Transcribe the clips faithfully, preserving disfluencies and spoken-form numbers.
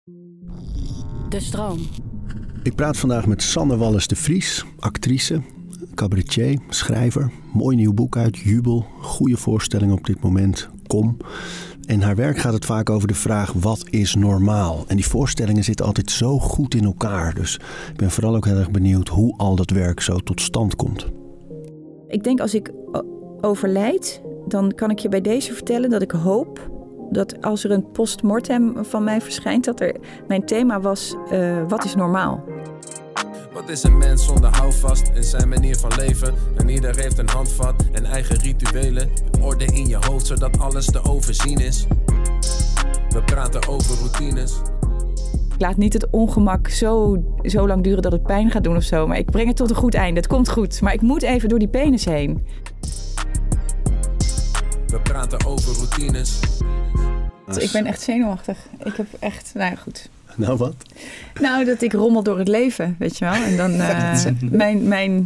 De stroom. Ik praat vandaag met Sanne Wallis de Vries, actrice, cabaretier, schrijver. Mooi nieuw boek uit, Jubel. Goede voorstelling op dit moment, Kom. In haar werk gaat het vaak over de vraag, wat is normaal? En die voorstellingen zitten altijd zo goed in elkaar. Dus ik ben vooral ook heel erg benieuwd hoe al dat werk zo tot stand komt. Ik denk als ik overlijd, dan kan ik je bij deze vertellen dat ik hoop dat als er een postmortem van mij verschijnt, dat er mijn thema was, uh, wat is normaal? Wat is een mens zonder houvast in zijn manier van leven? En ieder heeft een handvat en eigen rituelen. Orde in je hoofd, zodat alles te overzien is. We praten over routines. Ik laat niet het ongemak zo, zo lang duren dat het pijn gaat doen of zo. Maar ik breng het tot een goed einde. Het komt goed. Maar ik moet even door die penis heen. We praten over routines. Ik ben echt zenuwachtig. Ik heb echt, nou ja, goed. Nou, wat? Nou, dat ik rommel door het leven, weet je wel. En dan, uh, mijn, mijn,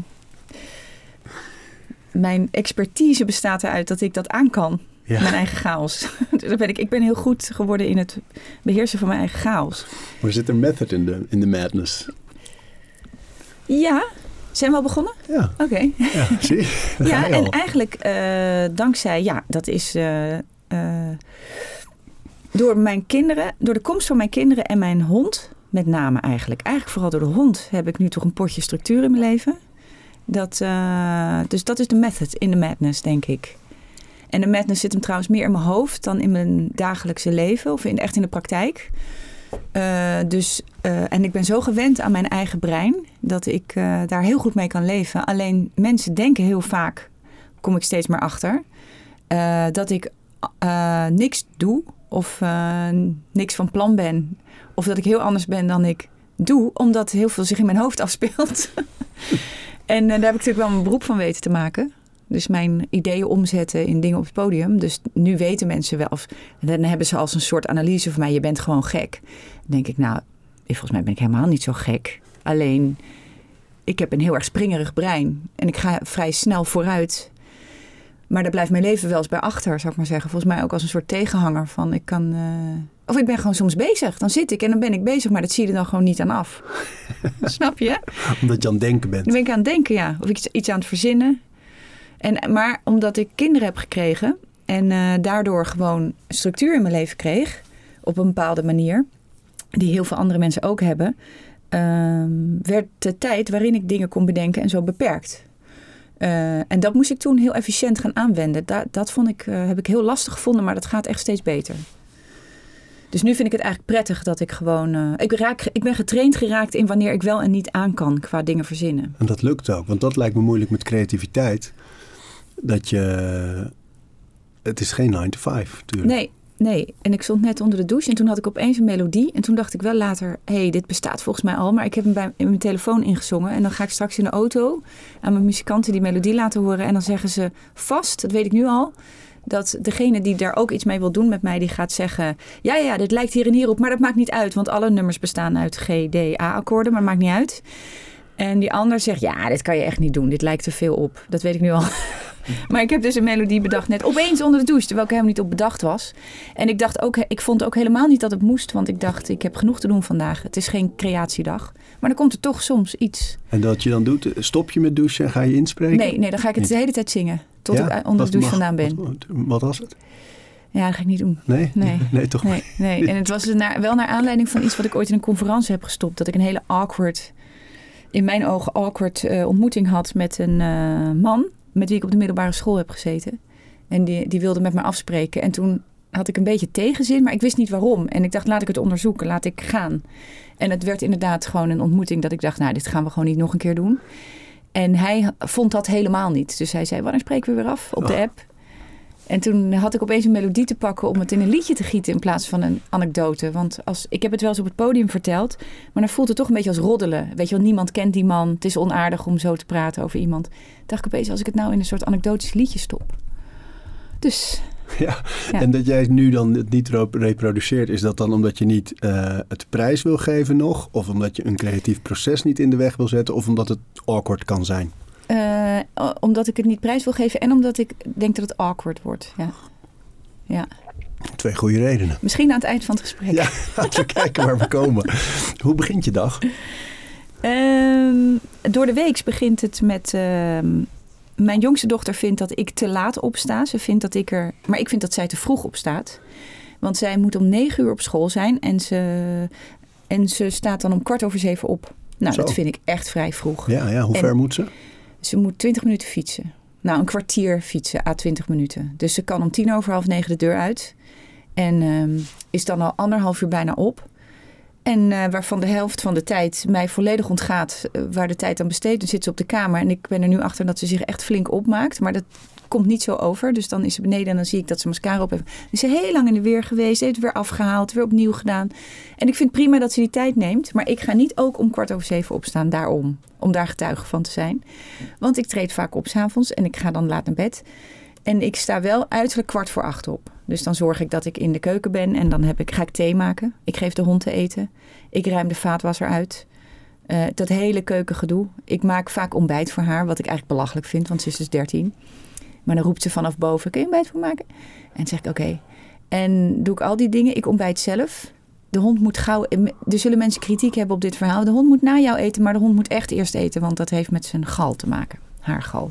mijn expertise bestaat eruit dat ik dat aan kan. Ja. Mijn eigen chaos. Dus ben ik, ik ben heel goed geworden in het beheersen van mijn eigen chaos. Maar zit er method in de in the madness? Ja. Zijn we al begonnen? Ja. Oké. Okay. Ja, zie. Ja, en eigenlijk uh, dankzij, ja, dat is uh, uh, door mijn kinderen, door de komst van mijn kinderen en mijn hond, met name eigenlijk. Eigenlijk vooral door de hond heb ik nu toch een potje structuur in mijn leven. Dat, uh, dus dat is de method in de madness, denk ik. En de madness zit hem trouwens meer in mijn hoofd dan in mijn dagelijkse leven of in, echt in de praktijk. Uh, dus, uh, en ik ben zo gewend aan mijn eigen brein dat ik uh, daar heel goed mee kan leven. Alleen mensen denken heel vaak, kom ik steeds meer achter, uh, dat ik uh, niks doe of uh, niks van plan ben. Of dat ik heel anders ben dan ik doe, omdat heel veel zich in mijn hoofd afspeelt. En uh, daar heb ik natuurlijk wel mijn beroep van weten te maken. Dus mijn ideeën omzetten in dingen op het podium. Dus nu weten mensen wel. Of, dan hebben ze als een soort analyse van mij. Je bent gewoon gek. Dan denk ik, nou, volgens mij ben ik helemaal niet zo gek. Alleen, ik heb een heel erg springerig brein. En ik ga vrij snel vooruit. Maar daar blijft mijn leven wel eens bij achter, zou ik maar zeggen. Volgens mij ook als een soort tegenhanger van ik kan... Uh... Of ik ben gewoon soms bezig. Dan zit ik en dan ben ik bezig. Maar dat zie je er dan gewoon niet aan af. Snap je? Omdat je aan het denken bent. Dan ben ik aan het denken, ja. Of ik iets aan het verzinnen. En, maar omdat ik kinderen heb gekregen en uh, daardoor gewoon structuur in mijn leven kreeg, op een bepaalde manier, die heel veel andere mensen ook hebben, uh, werd de tijd waarin ik dingen kon bedenken en zo beperkt. Uh, en dat moest ik toen heel efficiënt gaan aanwenden. Da- dat vond ik, uh, heb ik heel lastig gevonden, maar dat gaat echt steeds beter. Dus nu vind ik het eigenlijk prettig dat ik gewoon... Uh, ik, raak, ik ben getraind geraakt in wanneer ik wel en niet aan kan qua dingen verzinnen. En dat lukt ook, want dat lijkt me moeilijk met creativiteit. Dat je... Het is geen nine to five, natuurlijk. Nee, nee. En ik stond net onder de douche en toen had ik opeens een melodie. En toen dacht ik wel later, hé, hey, dit bestaat volgens mij al. Maar ik heb hem bij, in mijn telefoon ingezongen. En dan ga ik straks in de auto aan mijn muzikanten die melodie laten horen. En dan zeggen ze vast, dat weet ik nu al, dat degene die daar ook iets mee wil doen met mij, die gaat zeggen, ja, ja, dit lijkt hier en hier op. Maar dat maakt niet uit, want alle nummers bestaan uit G, D, A-akkoorden. Maar het maakt niet uit. En die ander zegt, ja, dit kan je echt niet doen. Dit lijkt te veel op. Dat weet ik nu al. Maar ik heb dus een melodie bedacht net opeens onder de douche, terwijl ik helemaal niet op bedacht was. En ik dacht ook, ik vond ook helemaal niet dat het moest, want ik dacht, ik heb genoeg te doen vandaag. Het is geen creatiedag. Maar dan komt er toch soms iets. En dat je dan doet, stop je met douchen en ga je inspreken? Nee, nee dan ga ik het de hele tijd zingen, tot ja? ik onder de douche mag, vandaan ben. Wat, wat was het? Ja, dat ga ik niet doen. Nee? Nee, nee toch nee, nee. En het was naar, wel naar aanleiding van iets wat ik ooit in een conferentie heb gestopt. Dat ik een hele awkward, in mijn ogen awkward uh, ontmoeting had met een uh, man met wie ik op de middelbare school heb gezeten. En die, die wilde met me afspreken. En toen had ik een beetje tegenzin, maar ik wist niet waarom. En ik dacht, laat ik het onderzoeken, laat ik gaan. En het werd inderdaad gewoon een ontmoeting dat ik dacht, nou, dit gaan we gewoon niet nog een keer doen. En hij vond dat helemaal niet. Dus hij zei, wanneer spreken we weer af op de app? En toen had ik opeens een melodie te pakken om het in een liedje te gieten in plaats van een anekdote. Want als, ik heb het wel eens op het podium verteld, maar dan voelt het toch een beetje als roddelen. Weet je wel, niemand kent die man. Het is onaardig om zo te praten over iemand. Dacht ik opeens, als ik het nou in een soort anekdotisch liedje stop. Dus... Ja, ja. En dat jij nu dan het niet reproduceert, is dat dan omdat je niet uh, het prijs wil geven nog? Of omdat je een creatief proces niet in de weg wil zetten? Of omdat het awkward kan zijn? Uh, omdat ik het niet prijs wil geven en omdat ik denk dat het awkward wordt. Ja. Ja. Twee goede redenen. Misschien aan het eind van het gesprek. Ja, laten we kijken waar we komen. Hoe begint je dag? Um, door de week begint het met... Uh, mijn jongste dochter vindt dat ik te laat opsta. Ze vindt dat ik er... Maar ik vind dat zij te vroeg opstaat. Want zij moet om negen uur op school zijn. En ze, en ze staat dan om kwart over zeven op. Nou, Zo. Dat vind ik echt vrij vroeg. Ja, ja. Hoe en ver moet ze? Ze moet twintig minuten fietsen. Nou, een kwartier fietsen, à twintig minuten. Dus ze kan om tien over half negen de deur uit. En um, is dan al anderhalf uur bijna op. En uh, waarvan de helft van de tijd mij volledig ontgaat uh, waar de tijd aan besteedt. Dan zit ze op de kamer en ik ben er nu achter dat ze zich echt flink opmaakt. Maar dat komt niet zo over. Dus dan is ze beneden en dan zie ik dat ze mascara op heeft. Dan is ze heel lang in de weer geweest, heeft het weer afgehaald, weer opnieuw gedaan. En ik vind prima dat ze die tijd neemt. Maar ik ga niet ook om kwart over zeven opstaan daarom. Om daar getuige van te zijn. Want ik treed vaak op 's avonds en ik ga dan laat naar bed. En ik sta wel uiterlijk kwart voor acht op. Dus dan zorg ik dat ik in de keuken ben en dan heb ik, ga ik thee maken. Ik geef de hond te eten. Ik ruim de vaatwasser uit. Uh, dat hele keukengedoe. Ik maak vaak ontbijt voor haar, wat ik eigenlijk belachelijk vind, want ze is dus dertien. Maar dan roept ze vanaf boven, kun je ontbijt voor maken? En dan zeg ik oké. Okay. En doe ik al die dingen. Ik ontbijt zelf. De hond moet gauw... Er zullen mensen kritiek hebben op dit verhaal. De hond moet na jou eten, maar de hond moet echt eerst eten, want dat heeft met zijn gal te maken. Haar gal.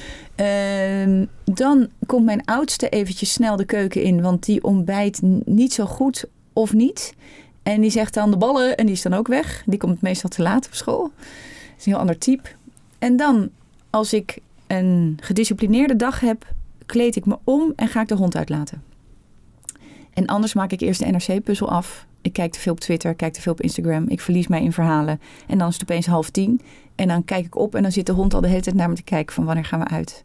Uh, dan komt mijn oudste eventjes snel de keuken in, want die ontbijt niet zo goed of niet. En die zegt dan de ballen en die is dan ook weg. Die komt meestal te laat op school. Dat is een heel ander type. En dan, als ik een gedisciplineerde dag heb, kleed ik me om en ga ik de hond uitlaten. En anders maak ik eerst de N R C-puzzel af. Ik kijk te veel op Twitter, kijk te veel op Instagram. Ik verlies mij in verhalen. En dan is het opeens half tien. En dan kijk ik op en dan zit de hond al de hele tijd naar me te kijken van wanneer gaan we uit.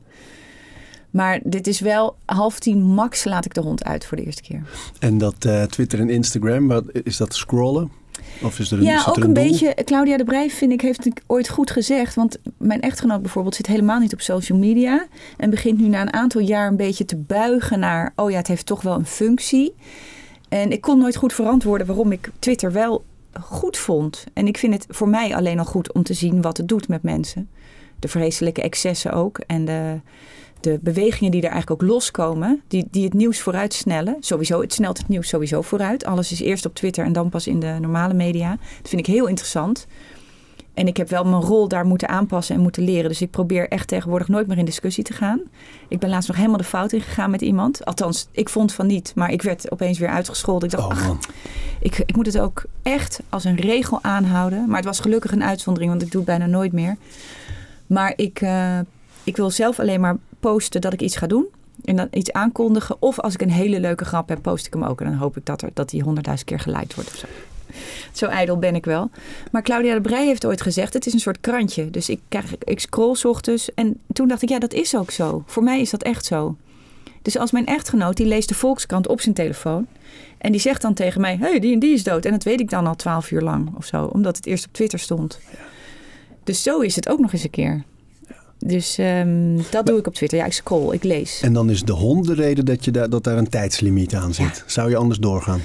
Maar dit is wel half tien max laat ik de hond uit voor de eerste keer. En dat uh, Twitter en Instagram, wat, is dat scrollen? Of is er een, ja, is er ook een, een doel? beetje. Claudia de Breij, vind ik, heeft het ooit goed gezegd. Want mijn echtgenoot bijvoorbeeld zit helemaal niet op social media. En begint nu na een aantal jaar een beetje te buigen naar... oh ja, het heeft toch wel een functie. En ik kon nooit goed verantwoorden waarom ik Twitter wel goed vond. En ik vind het voor mij alleen al goed om te zien wat het doet met mensen. De vreselijke excessen ook. En de, de bewegingen die er eigenlijk ook loskomen. Die, die het nieuws vooruit snellen. Sowieso, het snelt het nieuws sowieso vooruit. Alles is eerst op Twitter en dan pas in de normale media. Dat vind ik heel interessant. En ik heb wel mijn rol daar moeten aanpassen en moeten leren. Dus ik probeer echt tegenwoordig nooit meer in discussie te gaan. Ik ben laatst nog helemaal de fout ingegaan met iemand. Althans, ik vond van niet. Maar ik werd opeens weer uitgescholden. Ik dacht, oh, ach, ik, ik moet het ook echt als een regel aanhouden. Maar het was gelukkig een uitzondering, want ik doe het bijna nooit meer. Maar ik, uh, ik wil zelf alleen maar posten dat ik iets ga doen. En dan iets aankondigen. Of als ik een hele leuke grap heb, post ik hem ook. En dan hoop ik dat, er, dat die honderdduizend keer geliked wordt of zo. Zo ijdel ben ik wel. Maar Claudia de Breij heeft ooit gezegd, het is een soort krantje. Dus ik, krijg, ik scroll 's ochtends. En toen dacht ik, ja, dat is ook zo. Voor mij is dat echt zo. Dus als mijn echtgenoot, die leest de Volkskrant op zijn telefoon. En die zegt dan tegen mij, hé, hey, die en die is dood. En dat weet ik dan al twaalf uur lang of zo. Omdat het eerst op Twitter stond. Ja. Dus zo is het ook nog eens een keer. Ja. Dus um, dat maar, doe ik op Twitter. Ja, ik scroll, ik lees. En dan is de hond de reden dat, je da- dat daar een tijdslimiet aan zit. Ja. Zou je anders doorgaan?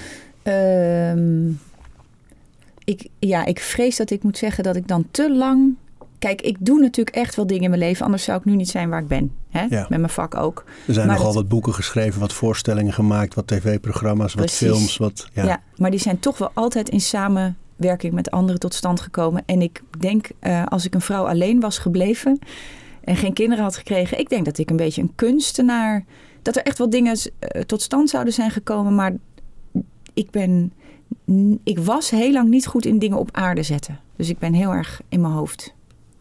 Um, Ik, ja, ik vrees dat ik moet zeggen dat ik dan te lang... Kijk, ik doe natuurlijk echt wel dingen in mijn leven. Anders zou ik nu niet zijn waar ik ben. Hè? Ja. Met mijn vak ook. Er zijn maar nogal dat... wat boeken geschreven, wat voorstellingen gemaakt, wat tv-programma's, wat Precies. films. Wat, ja. ja, maar die zijn toch wel altijd in samenwerking met anderen tot stand gekomen. En ik denk, uh, als ik een vrouw alleen was gebleven en geen kinderen had gekregen... ik denk dat ik een beetje een kunstenaar... dat er echt wel dingen uh, tot stand zouden zijn gekomen. Maar ik ben... Ik was heel lang niet goed in dingen op aarde zetten. Dus ik ben heel erg in mijn hoofd.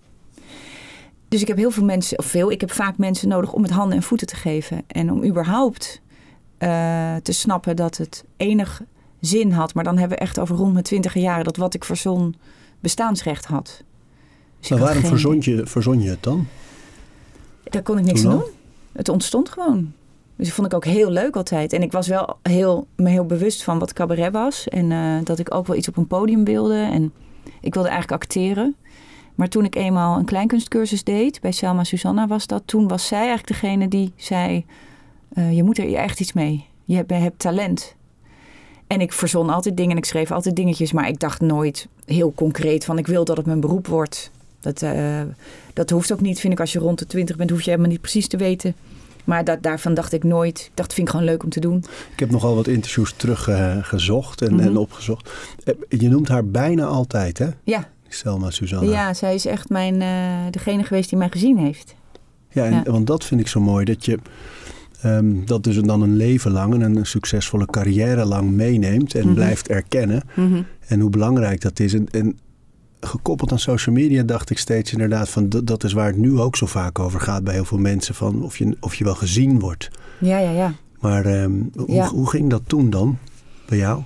Dus ik heb heel veel mensen, of veel, ik heb vaak mensen nodig om het handen en voeten te geven. En om überhaupt uh, te snappen dat het enig zin had. Maar dan hebben we echt over rond mijn twintige jaren dat wat ik verzon bestaansrecht had. Dus maar waarom geen... verzon, je, verzon je het dan? Daar kon ik niks aan doen. Het ontstond gewoon. Dus dat vond ik ook heel leuk altijd. En ik was wel heel, me heel bewust van wat cabaret was. En uh, dat ik ook wel iets op een podium wilde. En ik wilde eigenlijk acteren. Maar toen ik eenmaal een kleinkunstcursus deed, bij Selma Susanna was dat. Toen was zij eigenlijk degene die zei, uh, je moet er echt iets mee. Je hebt, je hebt talent. En ik verzon altijd dingen en ik schreef altijd dingetjes. Maar ik dacht nooit heel concreet van ik wil dat het mijn beroep wordt. Dat, uh, dat hoeft ook niet, vind ik. Als je rond de twintig bent, hoef je helemaal niet precies te weten Maar dat, daarvan dacht ik nooit. Ik dacht, vind ik gewoon leuk om te doen. Ik heb nogal wat interviews teruggezocht uh, en, mm-hmm. en opgezocht. Je noemt haar bijna altijd, hè? Ja. Selma Susanna. Ja, zij is echt mijn, uh, degene geweest die mij gezien heeft. Ja, en, ja, want dat vind ik zo mooi. Dat je um, dat dus dan een leven lang en een succesvolle carrière lang meeneemt. En mm-hmm. blijft erkennen. Mm-hmm. En hoe belangrijk dat is. En, en gekoppeld aan social media dacht ik steeds inderdaad van dat, dat is waar het nu ook zo vaak over gaat bij heel veel mensen. Van of je, of je wel gezien wordt. Ja, ja, ja. Maar um, hoe, ja. hoe ging dat toen dan bij jou?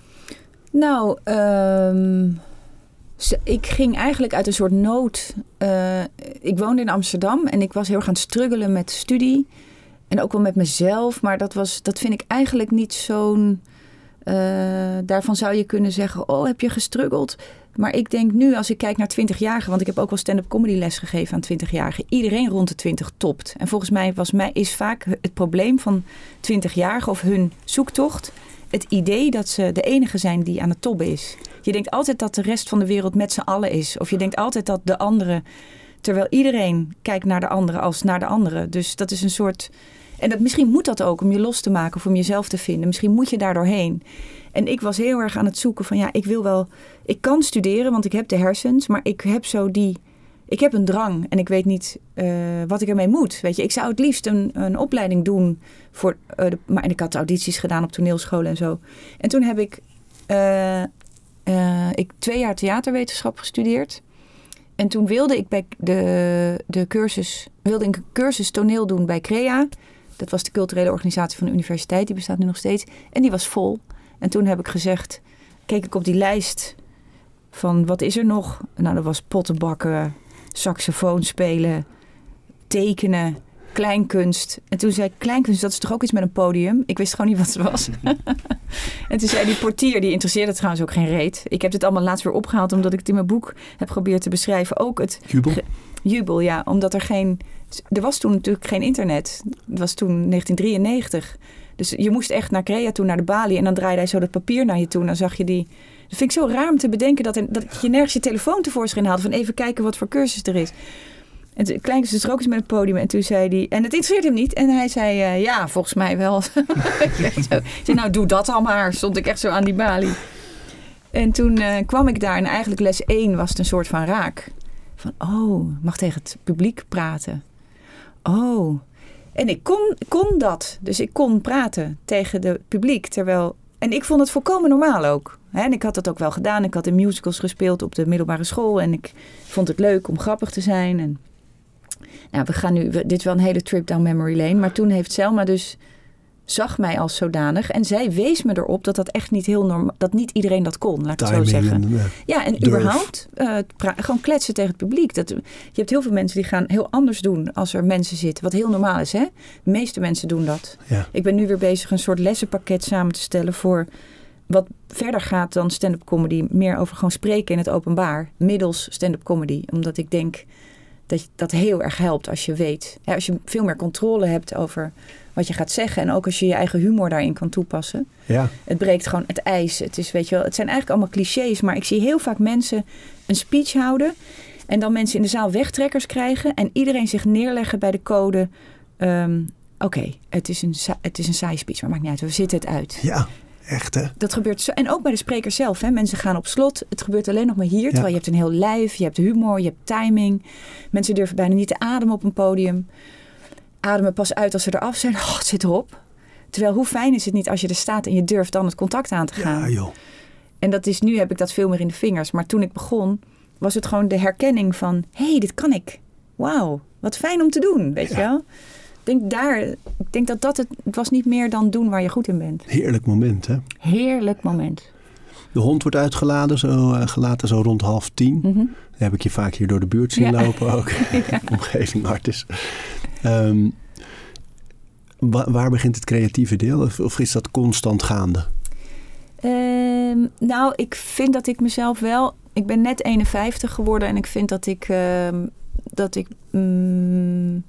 Nou, um, ik ging eigenlijk uit een soort nood. Uh, ik woonde in Amsterdam en ik was heel erg aan het struggelen met studie. En ook wel met mezelf. Maar dat, was, dat vind ik eigenlijk niet zo'n... Uh, daarvan zou je kunnen zeggen, oh, heb je gestruggeld? Maar ik denk nu, als ik kijk naar twintigjarigen... want ik heb ook wel stand-up comedy les gegeven aan twintigjarigen. Iedereen rond de twintig topt. En volgens mij, was mij is vaak het probleem van twintigjarigen... of hun zoektocht, het idee dat ze de enige zijn die aan het toppen is. Je denkt altijd dat de rest van de wereld met z'n allen is. Of je denkt altijd dat de andere... terwijl iedereen kijkt naar de andere als naar de andere. Dus dat is een soort... En dat, misschien moet dat ook om je los te maken of om jezelf te vinden. Misschien moet je daar doorheen. En ik was heel erg aan het zoeken van ja, ik wil wel... Ik kan studeren, want ik heb de hersens. Maar ik heb zo die... Ik heb een drang en ik weet niet uh, wat ik ermee moet. Weet je, ik zou het liefst een, een opleiding doen. Voor, uh, de, maar ik had audities gedaan op toneelscholen en zo. En toen heb ik, uh, uh, ik twee jaar theaterwetenschap gestudeerd. En toen wilde ik bij de, de cursus... wilde ik een cursus toneel doen bij CREA. Dat was de culturele organisatie van de universiteit. Die bestaat nu nog steeds. En die was vol. En toen heb ik gezegd... keek ik op die lijst van wat is er nog? Nou, dat was pottenbakken, saxofoon spelen, tekenen, kleinkunst. En toen zei ik, kleinkunst, dat is toch ook iets met een podium? Ik wist gewoon niet wat het was. En toen zei die portier, die interesseerde het trouwens ook geen reet. Ik heb dit allemaal laatst weer opgehaald, omdat ik het in mijn boek heb geprobeerd te beschrijven. Ook het... Jubel? Ge- jubel, ja. Omdat er geen... Er was toen natuurlijk geen internet. Het was toen negentien drieënnegentig. Dus je moest echt naar CREA toe, naar de balie. En dan draaide hij zo dat papier naar je toe. En dan zag je die... Dat vind ik zo raar om te bedenken dat, dat je nergens je telefoon tevoorschijn haalde. Van even kijken wat voor cursus er is. En toen kleinste dus er ook eens met het podium. En toen zei hij... En het interesseert hem niet. En hij zei... Uh, ja, volgens mij wel. Ik zei, nou doe dat al maar. Stond ik echt zo aan die balie. En toen uh, kwam ik daar. En eigenlijk les één was het een soort van raak. Van, oh, mag tegen het publiek praten. Oh. En ik kon, kon dat. Dus ik kon praten tegen het publiek. Terwijl... En ik vond het volkomen normaal ook. Hè? En ik had dat ook wel gedaan. Ik had in musicals gespeeld op de middelbare school. En ik vond het leuk om grappig te zijn. En nou, we gaan nu... Dit is wel een hele trip down memory lane. Maar toen heeft Selma dus... zag mij als zodanig. En zij wees me erop dat dat echt niet heel normaal... dat niet iedereen dat kon, laat ik het zo zeggen. En, uh, ja, en durf. überhaupt uh, pra- gewoon kletsen tegen het publiek. Dat, je hebt heel veel mensen die gaan heel anders doen als er mensen zitten. Wat heel normaal is, hè? De meeste mensen doen dat. Ja. Ik ben nu weer bezig een soort lessenpakket samen te stellen voor... wat verder gaat dan stand-up comedy. Meer over gewoon spreken in het openbaar. Middels stand-up comedy. Omdat ik denk dat dat heel erg helpt als je weet. Ja, als je veel meer controle hebt over... wat je gaat zeggen. En ook als je je eigen humor daarin kan toepassen. Ja. Het breekt gewoon het ijs. Het is, weet je wel, het zijn eigenlijk allemaal clichés. Maar ik zie heel vaak mensen een speech houden. En dan mensen in de zaal wegtrekkers krijgen. En iedereen zich neerleggen bij de code. Um, Oké, okay, het, is een, het is een saai speech. Maar maakt niet uit. We zitten het uit. Ja, echt hè. Dat gebeurt zo. En ook bij de spreker zelf. Hè. Mensen gaan op slot. Het gebeurt alleen nog maar hier. Ja. Terwijl je hebt een heel lijf. Je hebt humor. Je hebt timing. Mensen durven bijna niet te ademen op een podium. Ademen pas uit als ze eraf zijn. Oh, het zit erop. Terwijl hoe fijn is het niet als je er staat en je durft dan het contact aan te gaan. Ja, joh. En dat is, nu heb ik dat veel meer in de vingers. Maar toen ik begon, was het gewoon de herkenning van... hé, hey, dit kan ik. Wauw, wat fijn om te doen, weet ja. je wel. Ik denk, daar, ik denk dat dat het... Het was niet meer dan doen waar je goed in bent. Heerlijk moment, hè? Heerlijk moment. De hond wordt uitgeladen, zo, uh, gelaten zo rond half tien. Mm-hmm. Dan heb ik je vaak hier door de buurt zien ja. lopen ook. Ja. Omgeving hard is. Um, wa- waar begint het creatieve deel? Of, of is dat constant gaande? Um, nou, ik vind dat ik mezelf wel... Ik ben net eenenvijftig geworden en ik vind dat ik... Um, dat ik... Um,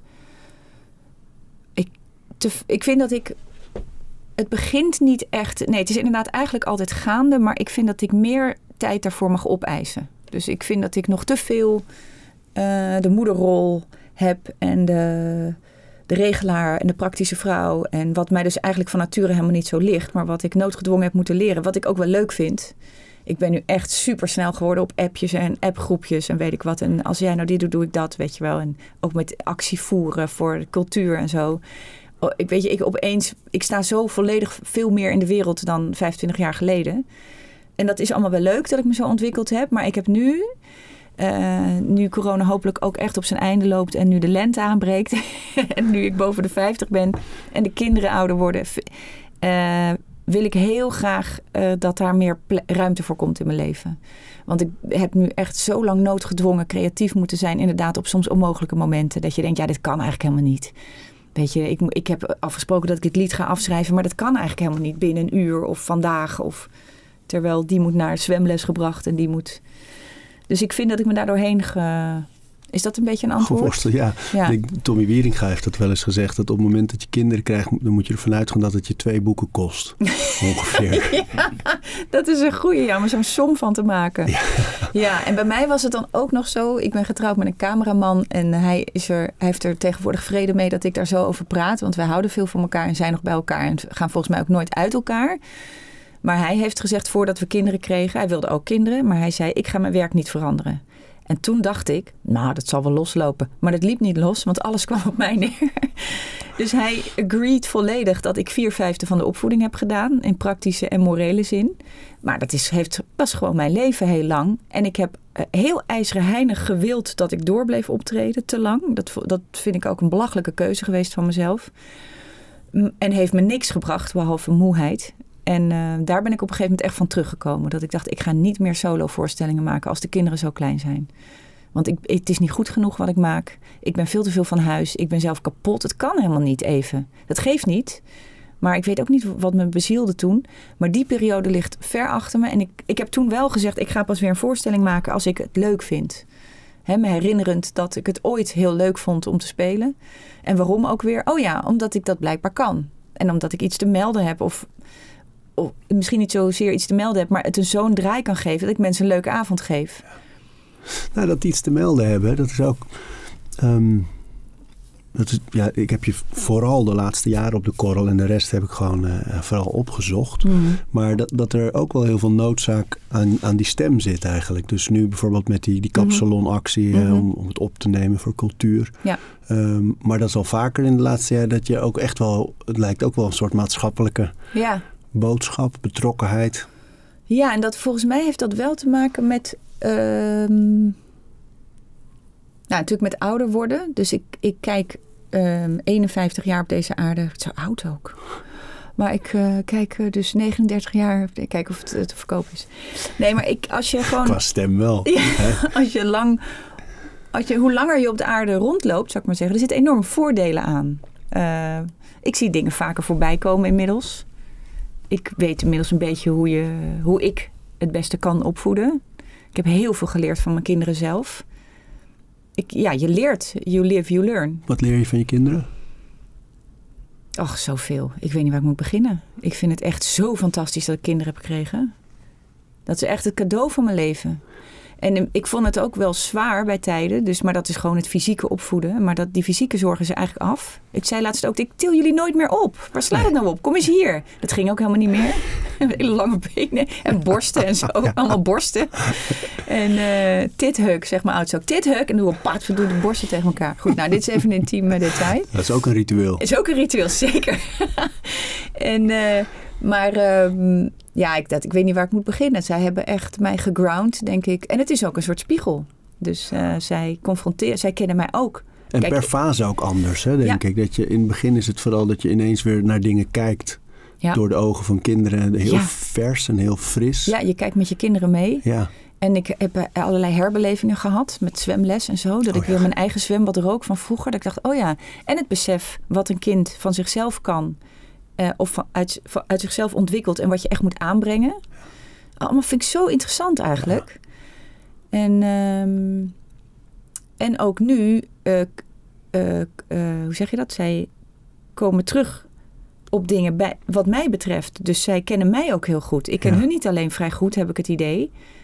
ik, te, ik vind dat ik... Het begint niet echt... Nee, het is inderdaad eigenlijk altijd gaande. Maar ik vind dat ik meer tijd daarvoor mag opeisen. Dus ik vind dat ik nog te veel uh, de moederrol heb en de... de regelaar en de praktische vrouw. En wat mij dus eigenlijk van nature helemaal niet zo ligt. Maar wat ik noodgedwongen heb moeten leren. Wat ik ook wel leuk vind. Ik ben nu echt super snel geworden op appjes en appgroepjes en weet ik wat. En als jij nou dit doet, doe ik dat, weet je wel. En ook met actie voeren voor de cultuur en zo. Ik weet je, ik opeens, ik sta zo volledig veel meer in de wereld dan vijfentwintig jaar geleden. En dat is allemaal wel leuk dat ik me zo ontwikkeld heb. Maar ik heb nu, uh, nu corona hopelijk ook echt op zijn einde loopt en nu de lente aanbreekt. En nu ik boven de vijftig ben en de kinderen ouder worden, uh, wil ik heel graag uh, dat daar meer ple- ruimte voor komt in mijn leven. Want ik heb nu echt zo lang noodgedwongen creatief moeten zijn. Inderdaad op soms onmogelijke momenten. Dat je denkt, ja, dit kan eigenlijk helemaal niet. Weet je, ik, ik heb afgesproken dat ik het lied ga afschrijven. Maar dat kan eigenlijk helemaal niet binnen een uur of vandaag. Of terwijl die moet naar zwemles gebracht en die moet... Dus ik vind dat ik me daar doorheen ge... Is dat een beetje een antwoord? Geworsteld, ja. ja. Ik, Tommy Wieringa heeft dat wel eens gezegd. Dat op het moment dat je kinderen krijgt, dan moet je ervan uitgaan dat het je twee boeken kost. Ongeveer. Ja, dat is een goeie, ja, om er zo'n som van te maken. Ja. ja, en bij mij was het dan ook nog zo. Ik ben getrouwd met een cameraman. En hij, is er, hij heeft er tegenwoordig vrede mee dat ik daar zo over praat. Want wij houden veel van elkaar en zijn nog bij elkaar. En gaan volgens mij ook nooit uit elkaar. Maar hij heeft gezegd voordat we kinderen kregen. Hij wilde ook kinderen. Maar hij zei, ik ga mijn werk niet veranderen. En toen dacht ik, nou, dat zal wel loslopen. Maar dat liep niet los, want alles kwam op mij neer. Dus hij agreed volledig dat ik vier vijfde van de opvoeding heb gedaan. In praktische en morele zin. Maar dat is, heeft, was gewoon mijn leven heel lang. En ik heb heel ijzeren heinig gewild dat ik door bleef optreden te lang. Dat, dat vind ik ook een belachelijke keuze geweest van mezelf. En heeft me niks gebracht, behalve moeheid. En uh, daar ben ik op een gegeven moment echt van teruggekomen. Dat ik dacht, ik ga niet meer solo voorstellingen maken als de kinderen zo klein zijn. Want ik, het is niet goed genoeg wat ik maak. Ik ben veel te veel van huis. Ik ben zelf kapot. Het kan helemaal niet even. Dat geeft niet. Maar ik weet ook niet wat me bezielde toen. Maar die periode ligt ver achter me. En ik, ik heb toen wel gezegd, ik ga pas weer een voorstelling maken als ik het leuk vind. He, me herinnerend dat ik het ooit heel leuk vond om te spelen. En waarom ook weer? Oh ja, omdat ik dat blijkbaar kan. En omdat ik iets te melden heb of... Of misschien niet zozeer iets te melden heb, maar het een zo'n draai kan geven dat ik mensen een leuke avond geef. Ja. Nou, dat iets te melden hebben, dat is ook... Um, dat is, ja, ik heb je vooral de laatste jaren op de korrel en de rest heb ik gewoon uh, vooral opgezocht. Mm-hmm. Maar dat, dat er ook wel heel veel noodzaak aan, aan die stem zit eigenlijk. Dus nu bijvoorbeeld met die, die kapsalonactie mm-hmm. uh, om, om het op te nemen voor cultuur. Ja. Um, maar dat is al vaker in de laatste jaren dat je ook echt wel... Het lijkt ook wel een soort maatschappelijke... Ja. boodschap, betrokkenheid. Ja, en dat volgens mij heeft dat wel te maken met... Uh, nou, natuurlijk met ouder worden. Dus ik, ik kijk um, eenenvijftig jaar op deze aarde. Zo oud ook. Maar ik uh, kijk uh, dus negenendertig jaar. Ik kijk of het uh, te verkoop is. Nee, maar ik, als je gewoon... Qua stem wel. Ja, als je lang... Als je, hoe langer je op de aarde rondloopt, zou ik maar zeggen... Er zitten enorme voordelen aan. Uh, ik zie dingen vaker voorbij komen inmiddels... Ik weet inmiddels een beetje hoe, je, hoe ik het beste kan opvoeden. Ik heb heel veel geleerd van mijn kinderen zelf. Ik, ja, je leert. You live, you learn. Wat leer je van je kinderen? Ach, zoveel. Ik weet niet waar ik moet beginnen. Ik vind het echt zo fantastisch dat ik kinderen heb gekregen. Dat is echt het cadeau van mijn leven. En ik vond het ook wel zwaar bij tijden. Dus, maar dat is gewoon het fysieke opvoeden. Maar dat, die fysieke zorgen ze eigenlijk af. Ik zei laatst ook, ik til jullie nooit meer op. Waar slaat het nou op? Kom eens hier. Dat ging ook helemaal niet meer. Hele lange benen en borsten en zo. Ja. Allemaal borsten. En uh, tithug, zeg maar oud zo. Tithug. En doe een paard doe de borsten tegen elkaar. Goed, nou dit is even een intiem detail. Dat is ook een ritueel. Dat is ook een ritueel, zeker. en... Uh, Maar uh, ja, ik, dat, ik weet niet waar ik moet beginnen. Zij hebben echt mij geground, denk ik. En het is ook een soort spiegel. Dus uh, zij confronteren, zij kennen mij ook. En Kijk, per fase ook anders, hè, denk ja. ik. Dat je, in het begin is het vooral dat je ineens weer naar dingen kijkt. Ja. Door de ogen van kinderen. Heel ja. vers en heel fris. Ja, je kijkt met je kinderen mee. Ja. En ik heb allerlei herbelevingen gehad met zwemles en zo. Dat oh, ik weer ja. mijn eigen zwembad rook van vroeger. Dat ik dacht, oh ja. En het besef wat een kind van zichzelf kan... Uh, of van, uit, van, uit zichzelf ontwikkelt en wat je echt moet aanbrengen. Allemaal vind ik zo interessant eigenlijk. Ja. En, um, en ook nu, uh, uh, uh, hoe zeg je dat? Zij komen terug op dingen bij, wat mij betreft. Dus zij kennen mij ook heel goed. Ik ken ja. hun niet alleen vrij goed, heb ik het idee.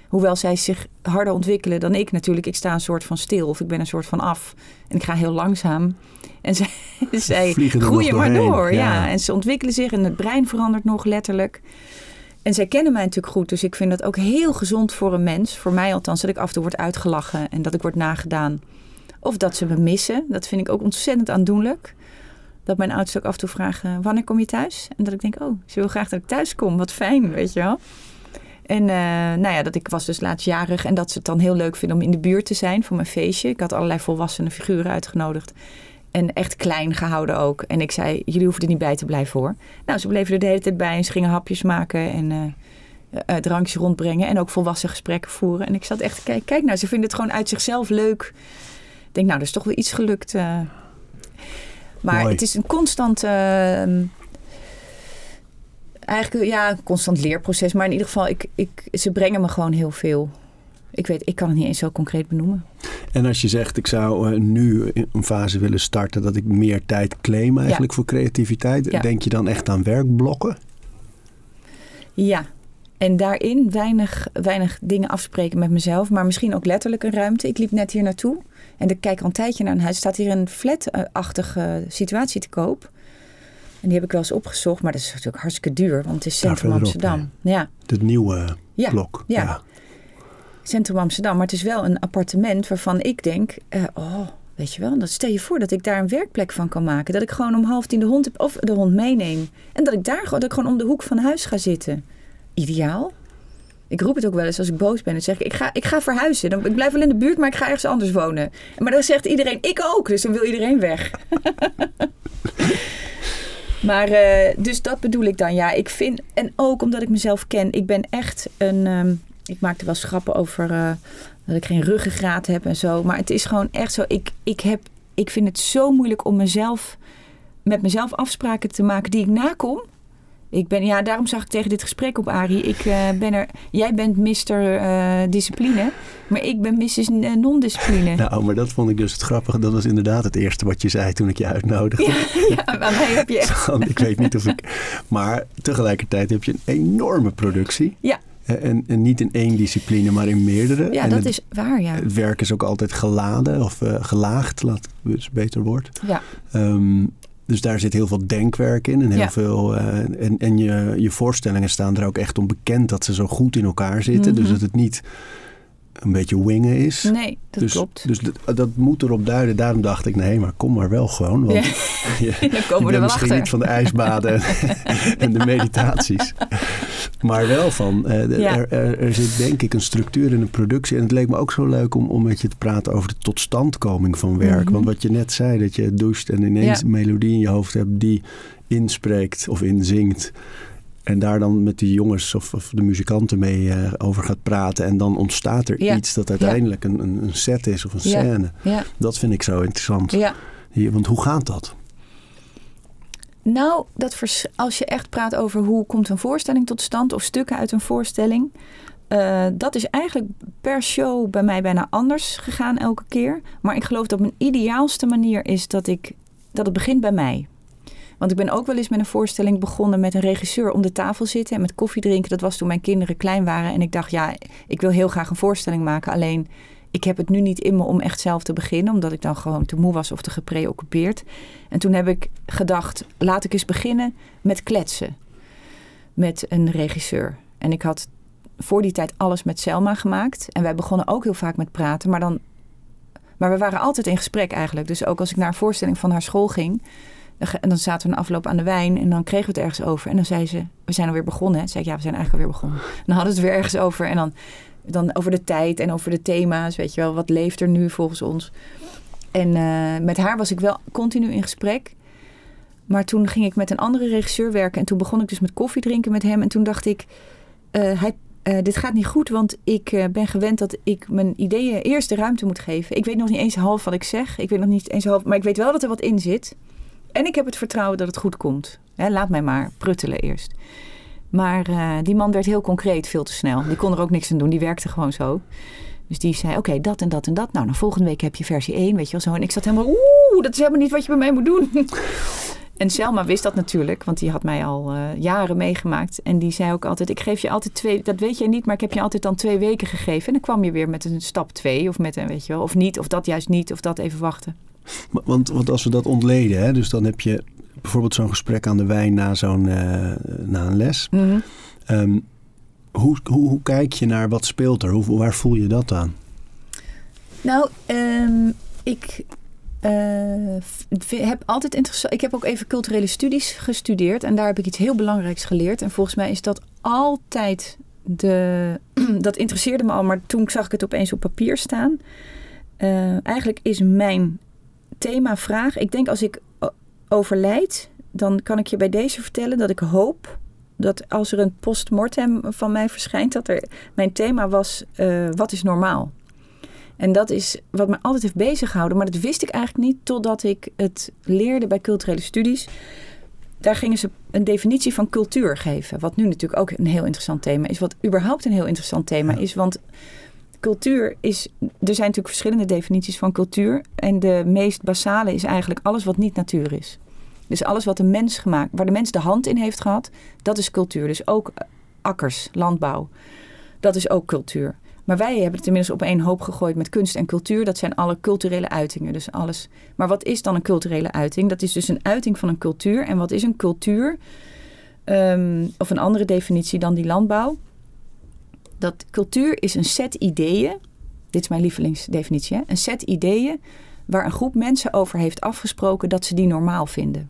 Hoewel zij zich harder ontwikkelen dan ik natuurlijk. Ik sta een soort van stil of ik ben een soort van af. En ik ga heel langzaam. En zij, zij groeien maar door. Ja. ja. En ze ontwikkelen zich en het brein verandert nog letterlijk. En zij kennen mij natuurlijk goed. Dus ik vind dat ook heel gezond voor een mens. Voor mij althans, dat ik af en toe word uitgelachen en dat ik word nagedaan. Of dat ze me missen. Dat vind ik ook ontzettend aandoenlijk. Dat mijn ouders ook af en toe vragen, wanneer kom je thuis? En dat ik denk, oh, ze wil graag dat ik thuis kom. Wat fijn, weet je wel. En uh, nou ja, dat ik was dus laatst jarig en dat ze het dan heel leuk vinden om in de buurt te zijn voor mijn feestje. Ik had allerlei volwassene figuren uitgenodigd. En echt klein gehouden ook. En ik zei, jullie hoeven er niet bij te blijven hoor. Nou, ze bleven er de hele tijd bij en ze gingen hapjes maken en uh, uh, drankjes rondbrengen. En ook volwassen gesprekken voeren. En ik zat echt te kijken, kijk nou, ze vinden het gewoon uit zichzelf leuk. Ik denk, nou, er is toch wel iets gelukt. Uh. Maar Mooi. Het is een constant... Uh, Eigenlijk ja, een constant leerproces. Maar in ieder geval, ik, ik, ze brengen me gewoon heel veel. Ik weet, ik kan het niet eens zo concreet benoemen. En als je zegt, ik zou uh, nu een fase willen starten dat ik meer tijd claim eigenlijk ja. voor creativiteit. Ja. Denk je dan echt aan werkblokken? Ja. En daarin weinig, weinig dingen afspreken met mezelf. Maar misschien ook letterlijk een ruimte. Ik liep net hier naartoe. En ik kijk al een tijdje naar een huis. Er staat hier een flat-achtige situatie te koop. En die heb ik wel eens opgezocht, maar dat is natuurlijk hartstikke duur, want het is Centrum ja, Amsterdam. Ja. ja. Het nieuwe ja, blok. Ja. ja, Centrum Amsterdam. Maar het is wel een appartement waarvan ik denk, uh, oh, weet je wel, dan stel je voor dat ik daar een werkplek van kan maken. Dat ik gewoon om half tien de hond heb, of de hond meeneem. En dat ik daar dat ik gewoon om de hoek van huis ga zitten. Ideaal. Ik roep het ook wel eens als ik boos ben. Dan zeg ik, ik ga, ik ga verhuizen. Dan, ik blijf wel in de buurt, maar ik ga ergens anders wonen. Maar dan zegt iedereen, ik ook. Dus dan wil iedereen weg. Maar uh, dus dat bedoel ik dan. Ja, ik vind, en ook omdat ik mezelf ken. Ik ben echt een, um, ik maakte wel schrappen over uh, dat ik geen ruggengraat heb en zo. Maar het is gewoon echt zo. Ik, ik, heb, ik vind het zo moeilijk om mezelf, met mezelf afspraken te maken die ik nakom. Ik ben, ja, daarom zag ik tegen dit gesprek op, Arie. Ik uh, ben er, jij bent mister Uh, discipline, maar ik ben missus Non-discipline. Nou, maar dat vond ik dus het grappige. Dat was inderdaad het eerste wat je zei toen ik je uitnodigde. Ja, ja aan mij heb je echt... Ik weet niet of ik... Maar tegelijkertijd heb je een enorme productie. Ja. En, en niet in één discipline, maar in meerdere. Ja, en dat het, is waar, ja. Het werk is ook altijd geladen of uh, gelaagd, laat het beter woord. Ja. Um, Dus daar zit heel veel denkwerk in en heel ja. veel. Uh, en en je, je voorstellingen staan er ook echt om bekend dat ze zo goed in elkaar zitten. Mm-hmm. Dus dat het niet een beetje wingen is. Nee, dat dus, klopt. Dus dat, dat moet erop duiden. Daarom dacht ik, nee, maar kom maar wel gewoon. Want ja. je, Dan komen je bent misschien achter. niet van de ijsbaden en de meditaties. Maar wel van, uh, de, ja. er, er, er zit denk ik een structuur in een productie. En het leek me ook zo leuk om, om met je te praten over de totstandkoming van werk. Mm-hmm. Want wat je net zei, dat je doucht en ineens ja. een melodie in je hoofd hebt die inspreekt of inzingt. En daar dan met die jongens of, of de muzikanten mee uh, over gaat praten. En dan ontstaat er ja. iets dat uiteindelijk ja. een, een set is of een ja. scène. Ja. Dat vind ik zo interessant. Ja. Hier, want hoe gaat dat? Nou, dat vers- als je echt praat over hoe komt een voorstelling tot stand of stukken uit een voorstelling. Uh, dat is eigenlijk per show bij mij bijna anders gegaan elke keer. Maar ik geloof dat mijn ideaalste manier is dat, ik, dat het begint bij mij. Want ik ben ook wel eens met een voorstelling begonnen met een regisseur om de tafel zitten en met koffie drinken. Dat was toen mijn kinderen klein waren. En ik dacht, ja, ik wil heel graag een voorstelling maken. Alleen, ik heb het nu niet in me om echt zelf te beginnen. Omdat ik dan gewoon te moe was of te gepreoccupeerd. En toen heb ik gedacht, laat ik eens beginnen met kletsen. Met een regisseur. En ik had voor die tijd alles met Selma gemaakt. En wij begonnen ook heel vaak met praten. Maar, dan, maar we waren altijd in gesprek eigenlijk. Dus ook als ik naar een voorstelling van haar school ging. En dan zaten we een afloop aan de wijn. En dan kregen we het ergens over. En dan zei ze, we zijn alweer begonnen. Hè? Zei ik, ja, we zijn eigenlijk alweer begonnen. En dan hadden we het weer ergens over. En dan, dan over de tijd en over de thema's. Weet je wel, wat leeft er nu volgens ons? En uh, met haar was ik wel continu in gesprek. Maar toen ging ik met een andere regisseur werken. En toen begon ik dus met koffie drinken met hem. En toen dacht ik, uh, hij, uh, dit gaat niet goed. Want ik uh, ben gewend dat ik mijn ideeën eerst de ruimte moet geven. Ik weet nog niet eens half wat ik zeg. Ik weet nog niet eens half, maar ik weet wel dat er wat in zit. En ik heb het vertrouwen dat het goed komt. Hè, laat mij maar pruttelen eerst. Maar uh, die man werd heel concreet veel te snel. Die kon er ook niks aan doen. Die werkte gewoon zo. Dus die zei, oké, okay, dat en dat en dat. Nou, nou, volgende week heb je versie één, weet je wel zo. En ik zat helemaal, oeh, dat is helemaal niet wat je bij mij moet doen. En Selma wist dat natuurlijk, want die had mij al uh, jaren meegemaakt. En die zei ook altijd, ik geef je altijd twee, dat weet jij niet, maar ik heb je altijd dan twee weken gegeven. En dan kwam je weer met een stap twee of met een, weet je wel, of niet, of dat juist niet, of dat even wachten. Want, want als we dat ontleden, hè, dus dan heb je bijvoorbeeld zo'n gesprek aan de wijn na, zo'n, uh, na een les. Mm-hmm. Um, hoe, hoe, hoe kijk je naar wat speelt er? Hoe, waar voel je dat aan? Nou, um, ik... Uh, heb altijd interessant. Ik heb ook even culturele studies gestudeerd en daar heb ik iets heel belangrijks geleerd. En volgens mij is dat altijd de. Dat interesseerde me al, maar toen zag ik het opeens op papier staan. Uh, eigenlijk is mijn themavraag. Ik denk als ik overlijd, dan kan ik je bij deze vertellen dat ik hoop dat als er een postmortem van mij verschijnt, dat er mijn thema was: uh, wat is normaal? En dat is wat me altijd heeft bezig gehouden. Maar dat wist ik eigenlijk niet totdat ik het leerde bij culturele studies. Daar gingen ze een definitie van cultuur geven. Wat nu natuurlijk ook een heel interessant thema is. Wat überhaupt een heel interessant thema is. Want cultuur is... Er zijn natuurlijk verschillende definities van cultuur. En de meest basale is eigenlijk alles wat niet natuur is. Dus alles wat de mens gemaakt... Waar de mens de hand in heeft gehad, dat is cultuur. Dus ook akkers, landbouw. Dat is ook cultuur. Maar wij hebben het inmiddels op één hoop gegooid met kunst en cultuur. Dat zijn alle culturele uitingen. Dus alles. Maar wat is dan een culturele uiting? Dat is dus een uiting van een cultuur. En wat is een cultuur? Um, of een andere definitie dan die landbouw. Dat cultuur is een set ideeën. Dit is mijn lievelingsdefinitie. Hè? Een set ideeën waar een groep mensen over heeft afgesproken dat ze die normaal vinden.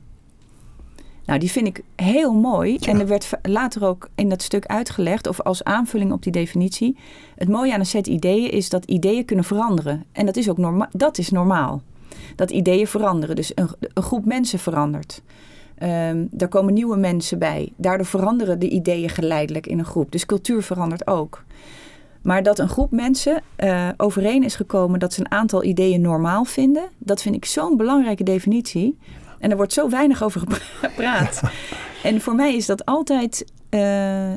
Nou, die vind ik heel mooi. Ja. En er werd later ook in dat stuk uitgelegd, of als aanvulling op die definitie. Het mooie aan een set ideeën is dat ideeën kunnen veranderen. En dat is ook norma- dat is normaal. Dat ideeën veranderen. Dus een, een groep mensen verandert. Um, daar komen nieuwe mensen bij. Daardoor veranderen de ideeën geleidelijk in een groep. Dus cultuur verandert ook. Maar dat een groep mensen uh, overeen is gekomen dat ze een aantal ideeën normaal vinden, dat vind ik zo'n belangrijke definitie. En er wordt zo weinig over gepraat. En voor mij is dat altijd uh,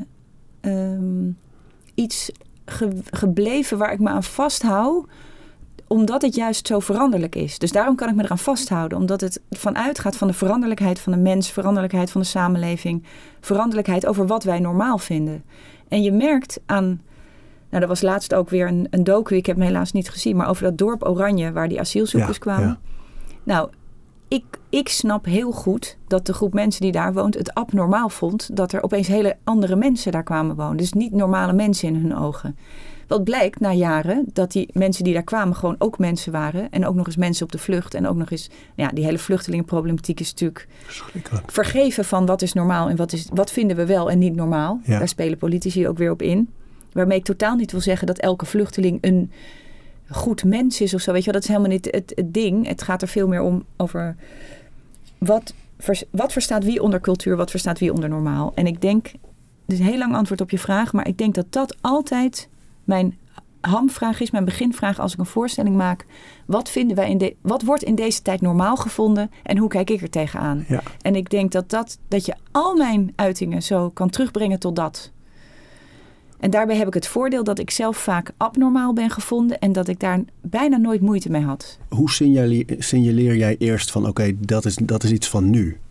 um, iets ge- gebleven waar ik me aan vasthoud, omdat het juist zo veranderlijk is. Dus daarom kan ik me eraan vasthouden. Omdat het vanuit gaat van de veranderlijkheid van de mens, veranderlijkheid van de samenleving, veranderlijkheid over wat wij normaal vinden. En je merkt aan... Nou, er was laatst ook weer een, een docu, ik heb hem helaas niet gezien, maar over dat dorp Oranje waar die asielzoekers ja, kwamen. Ja. Nou, ik, ik snap heel goed dat de groep mensen die daar woont het abnormaal vond dat er opeens hele andere mensen daar kwamen wonen. Dus niet normale mensen in hun ogen. Wat blijkt na jaren dat die mensen die daar kwamen gewoon ook mensen waren. En ook nog eens mensen op de vlucht. En ook nog eens, ja, die hele vluchtelingenproblematiek is natuurlijk vergeven van wat is normaal en wat, is, wat vinden we wel en niet normaal. Ja. Daar spelen politici ook weer op in. Waarmee ik totaal niet wil zeggen dat elke vluchteling een goed mens is of zo. Weet je wel, dat is helemaal niet het, het ding. Het gaat er veel meer om over wat, vers, wat verstaat wie onder cultuur, wat verstaat wie onder normaal. En ik denk, dit is een heel lang antwoord op je vraag, maar ik denk dat dat altijd mijn hamvraag is, mijn beginvraag als ik een voorstelling maak. Wat vinden wij in de, wat wordt in deze tijd normaal gevonden en hoe kijk ik er tegenaan? Ja. En ik denk dat, dat, dat je al mijn uitingen zo kan terugbrengen tot dat. En daarbij heb ik het voordeel dat ik zelf vaak abnormaal ben gevonden en dat ik daar bijna nooit moeite mee had. Hoe signaleer, signaleer jij eerst van oké, okay, dat, is, dat is iets van nu?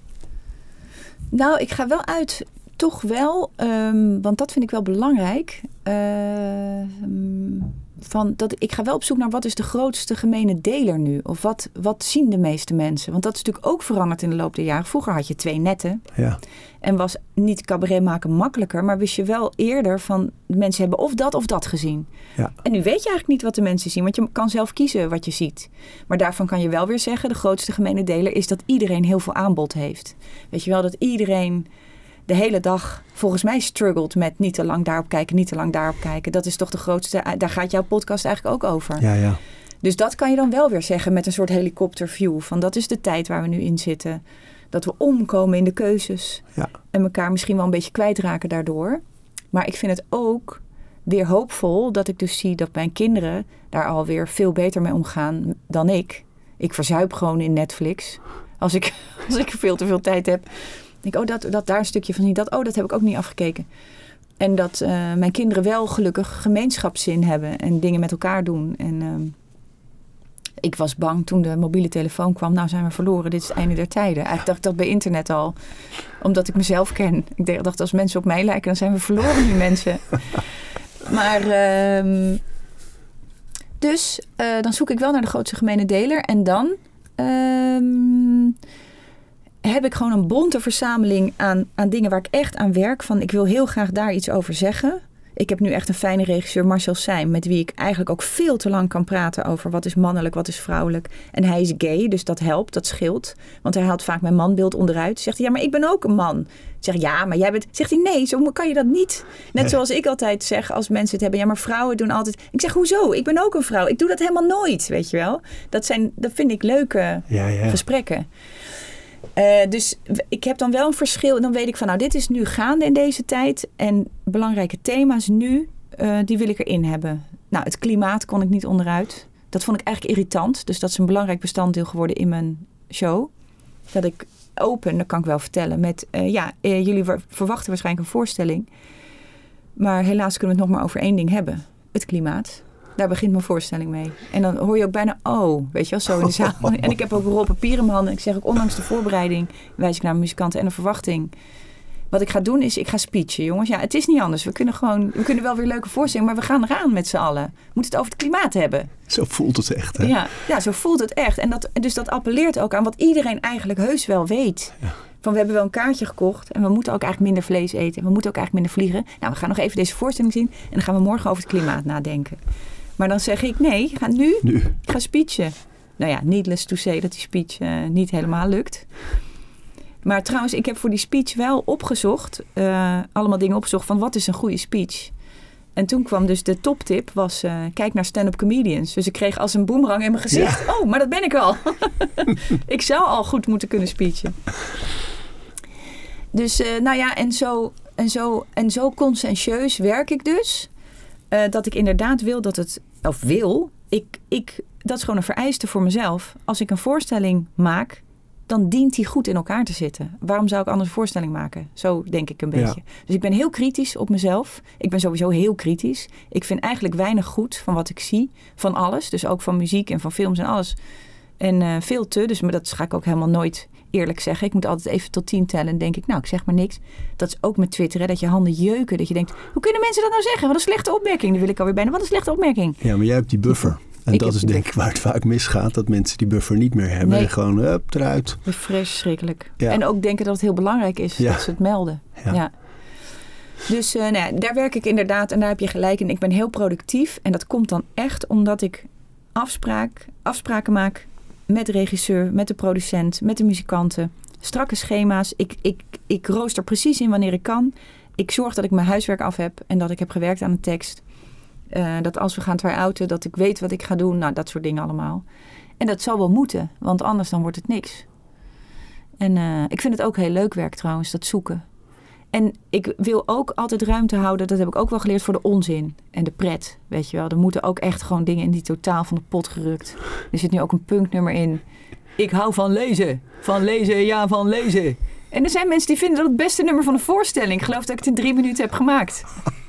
Nou, ik ga wel uit, toch wel, um, want dat vind ik wel belangrijk. Uh, um, van dat, ik ga wel op zoek naar wat is de grootste gemene deler nu? Of wat, wat zien de meeste mensen? Want dat is natuurlijk ook veranderd in de loop der jaren. Vroeger had je twee netten. Ja. En was niet cabaret maken makkelijker. Maar wist je wel eerder van de mensen hebben of dat of dat gezien. Ja. En nu weet je eigenlijk niet wat de mensen zien. Want je kan zelf kiezen wat je ziet. Maar daarvan kan je wel weer zeggen, de grootste gemene deler is dat iedereen heel veel aanbod heeft. Weet je wel, dat iedereen de hele dag volgens mij struggelt met niet te lang daarop kijken, niet te lang daarop kijken. Dat is toch de grootste, daar gaat jouw podcast eigenlijk ook over. Ja, ja. Dus dat kan je dan wel weer zeggen met een soort helikopterview. Van dat is de tijd waar we nu in zitten. Dat we omkomen in de keuzes. Ja. En elkaar misschien wel een beetje kwijtraken daardoor. Maar ik vind het ook weer hoopvol dat ik dus zie dat mijn kinderen daar alweer veel beter mee omgaan dan ik. Ik verzuip gewoon in Netflix. Als ik, als ik veel te veel tijd heb. Denk ik, oh, dat, dat daar een stukje van niet. Dat, oh, dat heb ik ook niet afgekeken. En dat uh, mijn kinderen wel gelukkig gemeenschapszin hebben. En dingen met elkaar doen. En, uh, Ik was bang toen de mobiele telefoon kwam. Nou zijn we verloren, dit is het einde der tijden. Eigenlijk dacht ik dat bij internet al. Omdat ik mezelf ken. Ik dacht, als mensen op mij lijken, dan zijn we verloren nu mensen. Maar uh, dus uh, dan zoek ik wel naar de grootste gemene deler. En dan uh, heb ik gewoon een bonte verzameling aan, aan dingen waar ik echt aan werk. Van ik wil heel graag daar iets over zeggen. Ik heb nu echt een fijne regisseur, Marcel Seym, met wie ik eigenlijk ook veel te lang kan praten over wat is mannelijk, wat is vrouwelijk. En hij is gay, dus dat helpt, dat scheelt. Want hij haalt vaak mijn manbeeld onderuit. Zegt hij, ja, maar ik ben ook een man. Ik zeg, ja, maar jij bent... Zegt hij, nee, zo kan je dat niet. Net nee. Zoals ik altijd zeg als mensen het hebben. Ja, maar vrouwen doen altijd... Ik zeg, hoezo? Ik ben ook een vrouw. Ik doe dat helemaal nooit, weet je wel. Dat, zijn, dat vind ik leuke ja, ja. gesprekken. Uh, dus ik heb dan wel een verschil. Dan weet ik van, nou, dit is nu gaande in deze tijd. En belangrijke thema's nu, uh, die wil ik erin hebben. Nou, het klimaat kon ik niet onderuit. Dat vond ik eigenlijk irritant. Dus dat is een belangrijk bestanddeel geworden in mijn show. Dat ik open, dat kan ik wel vertellen, met... Uh, ja, uh, jullie verwachten waarschijnlijk een voorstelling. Maar helaas kunnen we het nog maar over één ding hebben. Het klimaat. Daar begint mijn voorstelling mee. En dan hoor je ook bijna, oh, weet je wel, zo in de zaal. En ik heb ook een rol papier in mijn handen. Ik zeg ook, ondanks de voorbereiding wijs ik naar mijn muzikanten en de verwachting. Wat ik ga doen is, ik ga speechen, jongens. Ja, het is niet anders. We kunnen gewoon, we kunnen wel weer leuke voorstellingen, maar we gaan eraan met z'n allen. We moeten het over het klimaat hebben. Zo voelt het echt, hè? Ja, ja, zo voelt het echt. En dat, dus dat appelleert ook aan wat iedereen eigenlijk heus wel weet. Ja. Van, we hebben wel een kaartje gekocht en we moeten ook eigenlijk minder vlees eten. We moeten ook eigenlijk minder vliegen. Nou, we gaan nog even deze voorstelling zien en dan gaan we morgen over het klimaat nadenken. Maar dan zeg ik, nee, ga nu, nu. Ik ga speechen. Nou ja, needless to say dat die speech uh, niet helemaal lukt. Maar trouwens, ik heb voor die speech wel opgezocht, uh, allemaal dingen opgezocht van wat is een goede speech. En toen kwam dus de toptip, was uh, kijk naar stand-up comedians. Dus ik kreeg als een boemerang in mijn gezicht, ja. Oh, maar dat ben ik al. Ik zou al goed moeten kunnen speechen. Dus uh, nou ja, en zo, en, zo, en zo conscientieus werk ik dus. Uh, dat ik inderdaad wil dat het, of wil, ik, ik, dat is gewoon een vereiste voor mezelf. Als ik een voorstelling maak, dan dient die goed in elkaar te zitten. Waarom zou ik anders een voorstelling maken? Zo denk ik een beetje. Ja. Dus ik ben heel kritisch op mezelf. Ik ben sowieso heel kritisch. Ik vind eigenlijk weinig goed van wat ik zie. Van alles. Dus ook van muziek en van films en alles. En uh, veel te. Dus maar dat ga ik ook helemaal nooit eerlijk zeggen. Ik moet altijd even tot tien tellen. En denk ik, nou, ik zeg maar niks. Dat is ook met Twitter, hè, dat je handen jeuken. Dat je denkt, hoe kunnen mensen dat nou zeggen? Wat een slechte opmerking. Dan wil ik alweer bijna. Wat een slechte opmerking. Ja, maar jij hebt die buffer. En ik dat is denk ik waar het vaak misgaat. Dat mensen die buffer niet meer hebben. Nee. En gewoon, hup, eruit. Verschrikkelijk. Ja. En ook denken dat het heel belangrijk is ja. dat ze het melden. Ja. ja. Dus uh, nou ja, daar werk ik inderdaad. En daar heb je gelijk in. Ik ben heel productief. En dat komt dan echt omdat ik afspraak, afspraken maak met de regisseur, met de producent, met de muzikanten. Strakke schema's. Ik, ik, ik rooster precies in wanneer ik kan. Ik zorg dat ik mijn huiswerk af heb. En dat ik heb gewerkt aan een tekst. Uh, dat als we gaan try-outen, dat ik weet wat ik ga doen. Nou, dat soort dingen allemaal. En dat zal wel moeten, want anders dan wordt het niks. En uh, ik vind het ook heel leuk werk trouwens, dat zoeken. En ik wil ook altijd ruimte houden, dat heb ik ook wel geleerd, voor de onzin en de pret. Weet je wel, er moeten ook echt gewoon dingen in die totaal van de pot gerukt. Er zit nu ook een punknummer in. Ik hou van lezen. Van lezen, ja, van lezen. En er zijn mensen die vinden dat het beste nummer van de voorstelling. Ik geloof dat ik het in drie minuten heb gemaakt.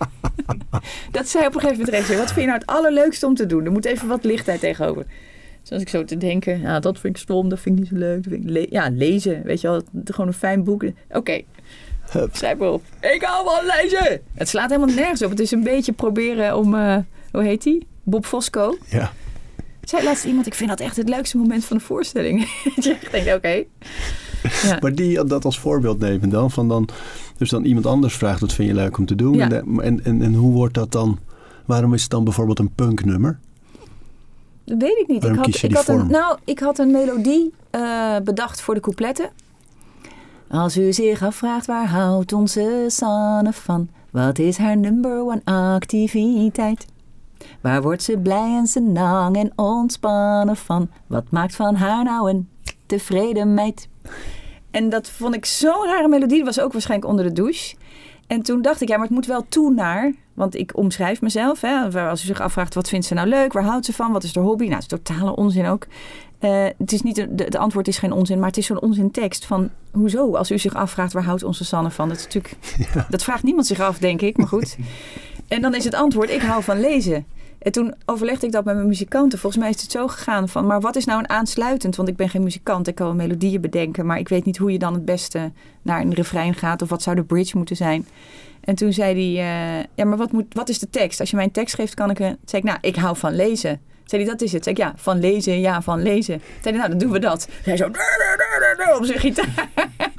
Dat zei op een gegeven moment rechts. Wat vind je nou het allerleukste om te doen? Er moet even wat lichtheid tegenover. Dus als ik zo te denken, ja, dat vind ik stom, dat vind ik niet zo leuk. Dat vind ik le- ja, lezen, weet je wel, gewoon een fijn boek. Oké, okay. Schrijf maar op. Ik hou van lezen! Het slaat helemaal nergens op. Het is een beetje proberen om, uh, hoe heet die? Bob Fosco. Ja. Zei laatst iemand, ik vind dat echt het leukste moment van de voorstelling. Dat je echt denkt, oké. Okay. Ja. Maar die dat als voorbeeld nemen dan, van dan, dus dan iemand anders vraagt, wat vind je leuk om te doen? Ja. En, de, en, en, en hoe wordt dat dan, waarom is het dan bijvoorbeeld een punknummer? Dat weet ik niet. Waarom ik had, kies je ik die had vorm? Een, nou, ik had een melodie uh, bedacht voor de coupletten. Als u zich afvraagt, waar houdt onze Sanne van? Wat is haar number one activiteit? Waar wordt ze blij en senang en ontspannen van? Wat maakt van haar nou een tevreden meid? En dat vond ik zo'n rare melodie. Dat was ook waarschijnlijk onder de douche. En toen dacht ik, ja, maar het moet wel toe naar... Want ik omschrijf mezelf. Hè, als u zich afvraagt, wat vindt ze nou leuk? Waar houdt ze van? Wat is haar hobby? Nou, het is totale onzin ook. Uh, het is niet de, de antwoord is geen onzin, maar het is zo'n onzintekst van... Hoezo? Als u zich afvraagt, waar houdt onze Sanne van? Dat is natuurlijk... Ja. Dat vraagt niemand zich af, denk ik. Maar goed. En dan is het antwoord, ik hou van lezen. En toen overlegde ik dat met mijn muzikanten. Volgens mij is het zo gegaan van, maar wat is nou een aansluitend? Want ik ben geen muzikant, ik kan wel melodieën bedenken, maar ik weet niet hoe je dan het beste naar een refrein gaat of wat zou de bridge moeten zijn. En toen zei hij, uh, ja, maar wat, moet, wat is de tekst? Als je mij een tekst geeft, kan ik... Een... zei ik, nou, ik hou van lezen. Zei hij, dat is het. Zei ik, ja, van lezen, ja, van lezen. Zei hij, nou, dan doen we dat. Hij zo, op zijn gitaar.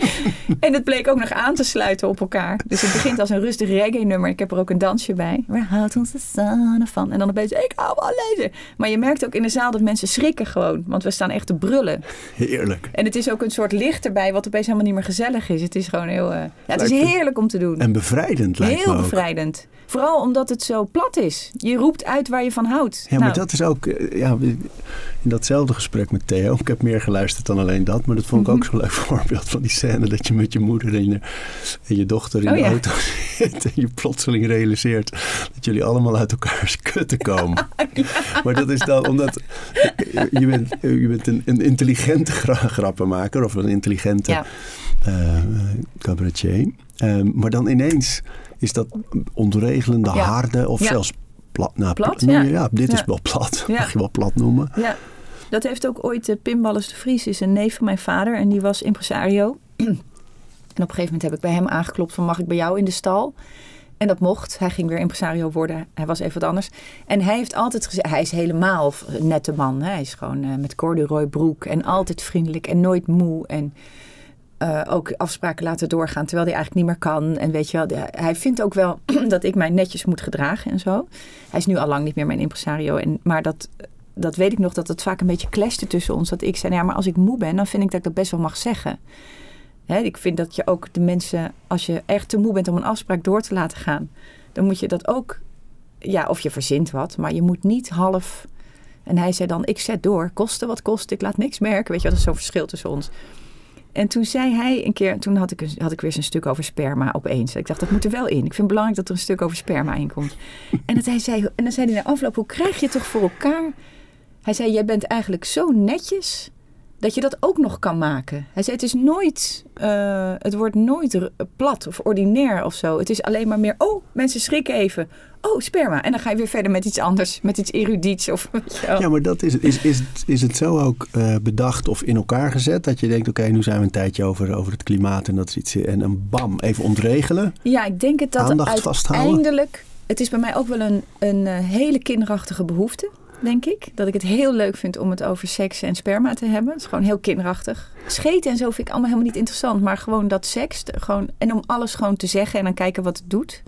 En het bleek ook nog aan te sluiten op elkaar. Dus het begint als een rustig reggae-nummer. Ik heb er ook een dansje bij. Waar houdt ons de zon van? En dan opeens, ik hou van lezen. Maar je merkt ook in de zaal dat mensen schrikken gewoon. Want we staan echt te brullen. Heerlijk. En het is ook een soort licht erbij, wat opeens helemaal niet meer gezellig is. Het is gewoon heel... Uh, ja, het is heerlijk om te doen. En bevrijdend lijkt heel me ook. Heel bevrijdend. Vooral omdat het zo plat is. Je roept uit waar je van houdt. Ja, maar nou. dat is ook... Ja, in datzelfde gesprek met Theo. Ik heb meer geluisterd dan alleen dat. Maar dat vond ik ook zo'n leuk voorbeeld van die scène. Dat je met je moeder en je, en je dochter in oh, de ja. auto zit. En je plotseling realiseert dat jullie allemaal uit elkaars kutten komen. Ja. Maar dat is dan omdat... Je bent, je bent een, een intelligente gra- grappenmaker. Of een intelligente ja. uh, cabaretier. Uh, maar dan ineens... is dat ontregelende, ja. harde of ja. zelfs plat. Nou, plat, plat ja. ja. Dit ja. is wel plat. Ja. Mag je wel plat noemen. Ja, dat heeft ook ooit uh, Pim Wallis de Vries, is een neef van mijn vader. En die was impresario. En op een gegeven moment heb ik bij hem aangeklopt van, mag ik bij jou in de stal? En dat mocht. Hij ging weer impresario worden. Hij was even wat anders. En hij heeft altijd gezegd, hij is helemaal een nette man. Hè? Hij is gewoon uh, met corduroy broek en altijd vriendelijk en nooit moe en... Uh, ook afspraken laten doorgaan, terwijl hij eigenlijk niet meer kan. En weet je wel, de, hij vindt ook wel dat ik mij netjes moet gedragen en zo. Hij is nu al lang niet meer mijn impresario. En, maar dat, dat weet ik nog, dat het vaak een beetje clashte tussen ons. Dat ik zei, ja, maar als ik moe ben, dan vind ik dat ik dat best wel mag zeggen. Hè, ik vind dat je ook de mensen, als je echt te moe bent om een afspraak door te laten gaan, dan moet je dat ook, ja, of je verzint wat, maar je moet niet half... En hij zei dan, ik zet door, koste wat kost, ik laat niks merken. Weet je, dat is zo'n verschil tussen ons. En toen zei hij een keer, toen had ik, had ik weer zo'n stuk over sperma opeens. Ik dacht, dat moet er wel in. Ik vind het belangrijk dat er een stuk over sperma in komt. En, dat hij zei, en dan zei hij na afloop, hoe krijg je het toch voor elkaar? Hij zei, jij bent eigenlijk zo netjes dat je dat ook nog kan maken. Hij zei, het is nooit, uh, het wordt nooit plat of ordinair of zo. Het is alleen maar meer, oh, mensen schrikken even. Oh, sperma. En dan ga je weer verder met iets anders, met iets erudiets. Of, weet je wel. Ja, maar dat is, is, is, is het zo ook uh, bedacht of in elkaar gezet? Dat je denkt, oké, okay, nu zijn we een tijdje over, over het klimaat en dat is iets. En dan bam, even ontregelen. Ja, ik denk het dat aandacht vasthouden. Uiteindelijk, het is bij mij ook wel een, een uh, hele kinderachtige behoefte, denk ik. Dat ik het heel leuk vind om het over seks en sperma te hebben. Het is gewoon heel kinderachtig. Scheten en zo vind ik allemaal helemaal niet interessant. Maar gewoon dat seks, gewoon, en om alles gewoon te zeggen en dan kijken wat het doet.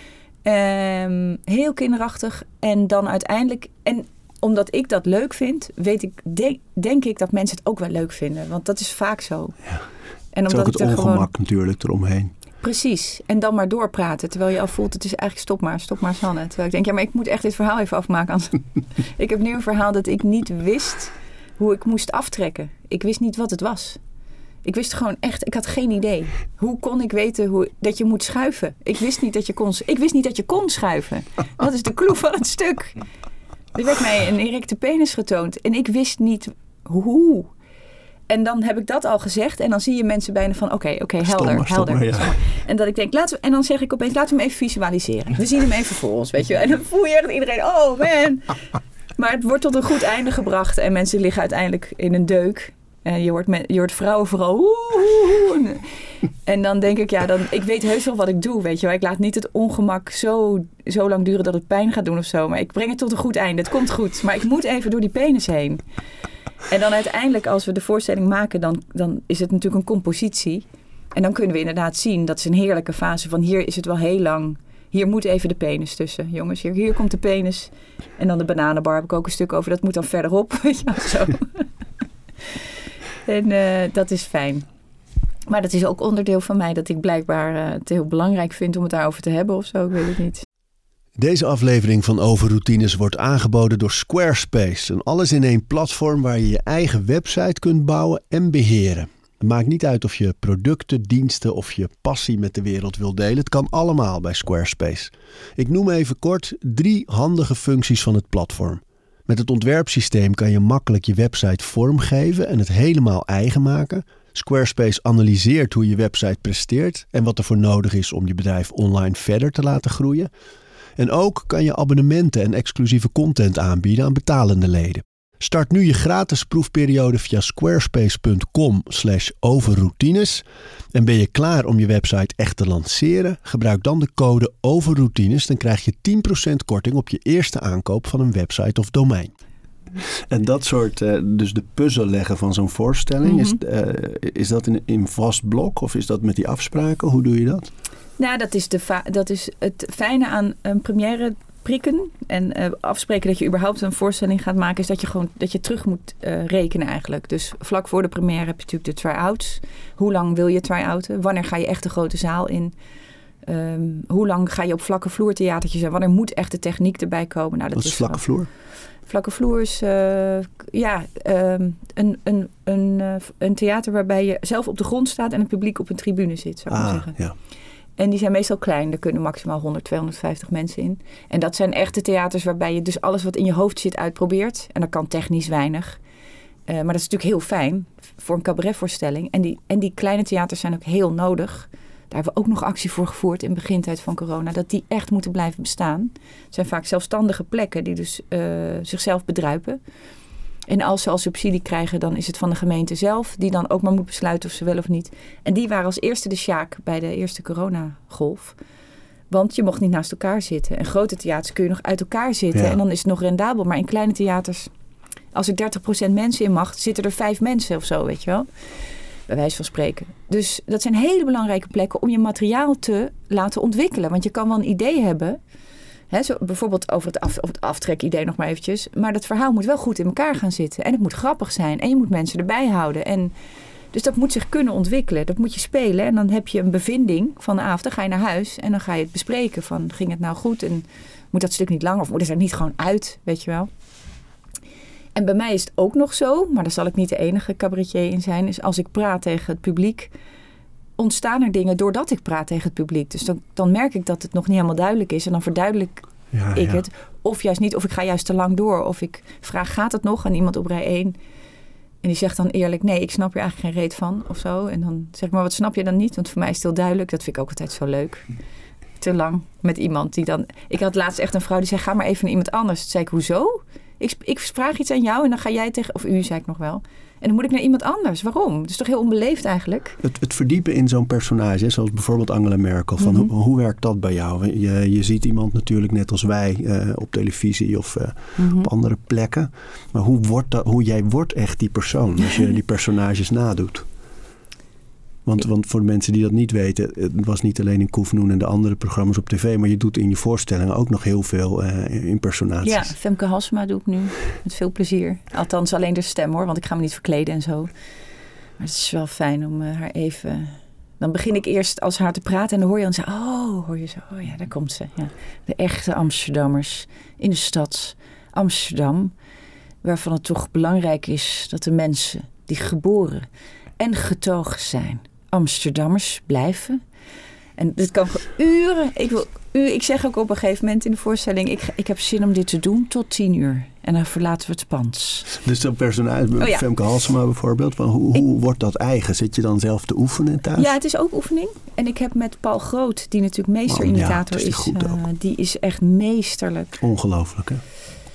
Um, heel kinderachtig. En dan uiteindelijk... En omdat ik dat leuk vind, weet ik, de, denk ik dat mensen het ook wel leuk vinden. Want dat is vaak zo. Ja. En omdat het is ook het ongemak gewoon, natuurlijk eromheen. Precies. En dan maar doorpraten. Terwijl je al voelt, het is eigenlijk stop maar, stop maar Sanne. Terwijl ik denk, ja, maar ik moet echt dit verhaal even afmaken. Ik heb nu een verhaal dat ik niet wist hoe ik moest aftrekken. Ik wist niet wat het was. Ik wist gewoon echt, ik had geen idee. Hoe kon ik weten hoe, dat je moet schuiven? Ik wist niet dat je kon, ik wist niet dat je kon schuiven. Dat is de clue van het stuk. Er werd mij een erecte penis getoond. En ik wist niet hoe. En dan heb ik dat al gezegd. En dan zie je mensen bijna van, oké, okay, oké, okay, helder, maar, helder. Maar, ja. En dat ik denk, laten we, en dan zeg ik opeens, laten we hem even visualiseren. We zien hem even voor ons, weet je. En dan voel je echt iedereen, oh man. Maar het wordt tot een goed einde gebracht. En mensen liggen uiteindelijk in een deuk. En je hoort, me, je hoort vrouwen vooral. Oeh, oeh. En dan denk ik, ja, dan, ik weet heus wel wat ik doe, weet je wel. Ik laat niet het ongemak zo, zo lang duren dat het pijn gaat doen of zo. Maar ik breng het tot een goed einde. Het komt goed. Maar ik moet even door die penis heen. En dan uiteindelijk, als we de voorstelling maken, dan, dan is het natuurlijk een compositie. En dan kunnen we inderdaad zien, dat is een heerlijke fase van hier is het wel heel lang. Hier moet even de penis tussen, jongens. Hier, hier komt de penis. En dan de bananenbar heb ik ook een stuk over. Dat moet dan verderop, weet je wel, zo. En uh, dat is fijn. Maar dat is ook onderdeel van mij, dat ik blijkbaar uh, het heel belangrijk vind om het daarover te hebben of zo. Ik weet het niet. Deze aflevering van Overroutines wordt aangeboden door Squarespace. Een alles-in-één platform waar je je eigen website kunt bouwen en beheren. Het maakt niet uit of je producten, diensten of je passie met de wereld wil delen. Het kan allemaal bij Squarespace. Ik noem even kort drie handige functies van het platform. Met het ontwerpsysteem kan je makkelijk je website vormgeven en het helemaal eigen maken. Squarespace analyseert hoe je website presteert en wat er voor nodig is om je bedrijf online verder te laten groeien. En ook kan je abonnementen en exclusieve content aanbieden aan betalende leden. Start nu je gratis proefperiode via squarespace.com slash overroutines. En ben je klaar om je website echt te lanceren? Gebruik dan de code overroutines. Dan krijg je tien procent korting op je eerste aankoop van een website of domein. En dat soort, uh, dus de puzzel leggen van zo'n voorstelling, mm-hmm. is, uh, is dat in, in vast blok of is dat met die afspraken? Hoe doe je dat? Nou, dat is, de va- dat is het fijne aan een première prikken en uh, afspreken dat je überhaupt een voorstelling gaat maken, is dat je gewoon dat je terug moet uh, rekenen eigenlijk. Dus vlak voor de première heb je natuurlijk de try-outs. Hoe lang wil je try-outen? Wanneer ga je echt de grote zaal in? Um, hoe lang ga je op vlakke vloer theatertjes en wanneer moet echt de techniek erbij komen? Nou, dat Wat is, is vlakke gewoon, vloer? Vlakke vloer is uh, ja, um, een, een, een, uh, een theater waarbij je zelf op de grond staat en het publiek op een tribune zit, zou ik ah, maar zeggen. Ja. En die zijn meestal klein. Daar kunnen maximaal honderd, tweehonderdvijftig mensen in. En dat zijn echte theaters waarbij je dus alles wat in je hoofd zit uitprobeert. En dat kan technisch weinig. Uh, maar dat is natuurlijk heel fijn voor een cabaretvoorstelling. En die, en die kleine theaters zijn ook heel nodig. Daar hebben we ook nog actie voor gevoerd in de begintijd van corona. Dat die echt moeten blijven bestaan. Het zijn vaak zelfstandige plekken die dus uh, zichzelf bedruipen. En als ze al subsidie krijgen, dan is het van de gemeente zelf, die dan ook maar moet besluiten of ze wel of niet. En die waren als eerste de sjaak bij de eerste coronagolf. Want je mocht niet naast elkaar zitten. En grote theaters kun je nog uit elkaar zitten. Ja. En dan is het nog rendabel. Maar in kleine theaters, als er dertig procent mensen in mag, zitten er vijf mensen of zo, weet je wel. Bij wijze van spreken. Dus dat zijn hele belangrijke plekken om je materiaal te laten ontwikkelen. Want je kan wel een idee hebben. He, zo bijvoorbeeld over het, af, het aftrek-idee nog maar eventjes. Maar dat verhaal moet wel goed in elkaar gaan zitten. En het moet grappig zijn. En je moet mensen erbij houden. En dus dat moet zich kunnen ontwikkelen. Dat moet je spelen. En dan heb je een bevinding van de avond. Dan ga je naar huis. En dan ga je het bespreken. Van, ging het nou goed? En moet dat stuk niet langer? Of moet het er niet gewoon uit? Weet je wel. En bij mij is het ook nog zo. Maar daar zal ik niet de enige cabaretier in zijn. Is als ik praat tegen het publiek, ontstaan er dingen doordat ik praat tegen het publiek. Dus dan, dan merk ik dat het nog niet helemaal duidelijk is. En dan verduidelijk ja, ik ja. het. Of juist niet. Of ik ga juist te lang door. Of ik vraag, gaat het nog? Aan iemand op rij één. En die zegt dan eerlijk, nee, ik snap er eigenlijk geen reet van. Of zo. En dan zeg ik, maar wat snap je dan niet? Want voor mij is het heel duidelijk. Dat vind ik ook altijd zo leuk. Te lang met iemand die dan... Ik had laatst echt een vrouw die zei, ga maar even naar iemand anders. Toen zei ik, hoezo? Ik, ik vraag iets aan jou en dan ga jij tegen... Of u, zei ik nog wel. En dan moet ik naar iemand anders. Waarom? Het is toch heel onbeleefd eigenlijk? Het, het verdiepen in zo'n personage, zoals bijvoorbeeld Angela Merkel. Van mm-hmm. hoe, hoe werkt dat bij jou? Je, je ziet iemand natuurlijk net als wij uh, op televisie of uh, mm-hmm. op andere plekken. Maar hoe, wordt dat, hoe jij wordt echt die persoon als je die personages nadoet? Want, want voor de mensen die dat niet weten, het was niet alleen in Koefnoen en de andere programma's op tv, maar je doet in je voorstellingen ook nog heel veel uh, impersonaties. Ja, Femke Halsema doe ik nu met veel plezier. Althans alleen de stem hoor, want ik ga me niet verkleden en zo. Maar het is wel fijn om uh, haar even... Dan begin ik eerst als haar te praten en dan hoor je dan zo, oh, hoor je zo, oh ja, daar komt ze. Ja. De echte Amsterdammers in de stad Amsterdam, waarvan het toch belangrijk is dat de mensen die geboren en getogen zijn Amsterdammers blijven. En dit kan uren. Ik, wil, u, ik zeg ook op een gegeven moment in de voorstelling, ik, ik heb zin om dit te doen tot tien uur. En dan verlaten we het pand. Dus dat personage, oh ja. Femke Halsema bijvoorbeeld, van hoe, hoe ik, wordt dat eigen? Zit je dan zelf te oefenen thuis? Ja, het is ook oefening. En ik heb met Paul Groot, die natuurlijk meesterimitator oh, ja, is, is uh, die is echt meesterlijk. Ongelooflijk, hè?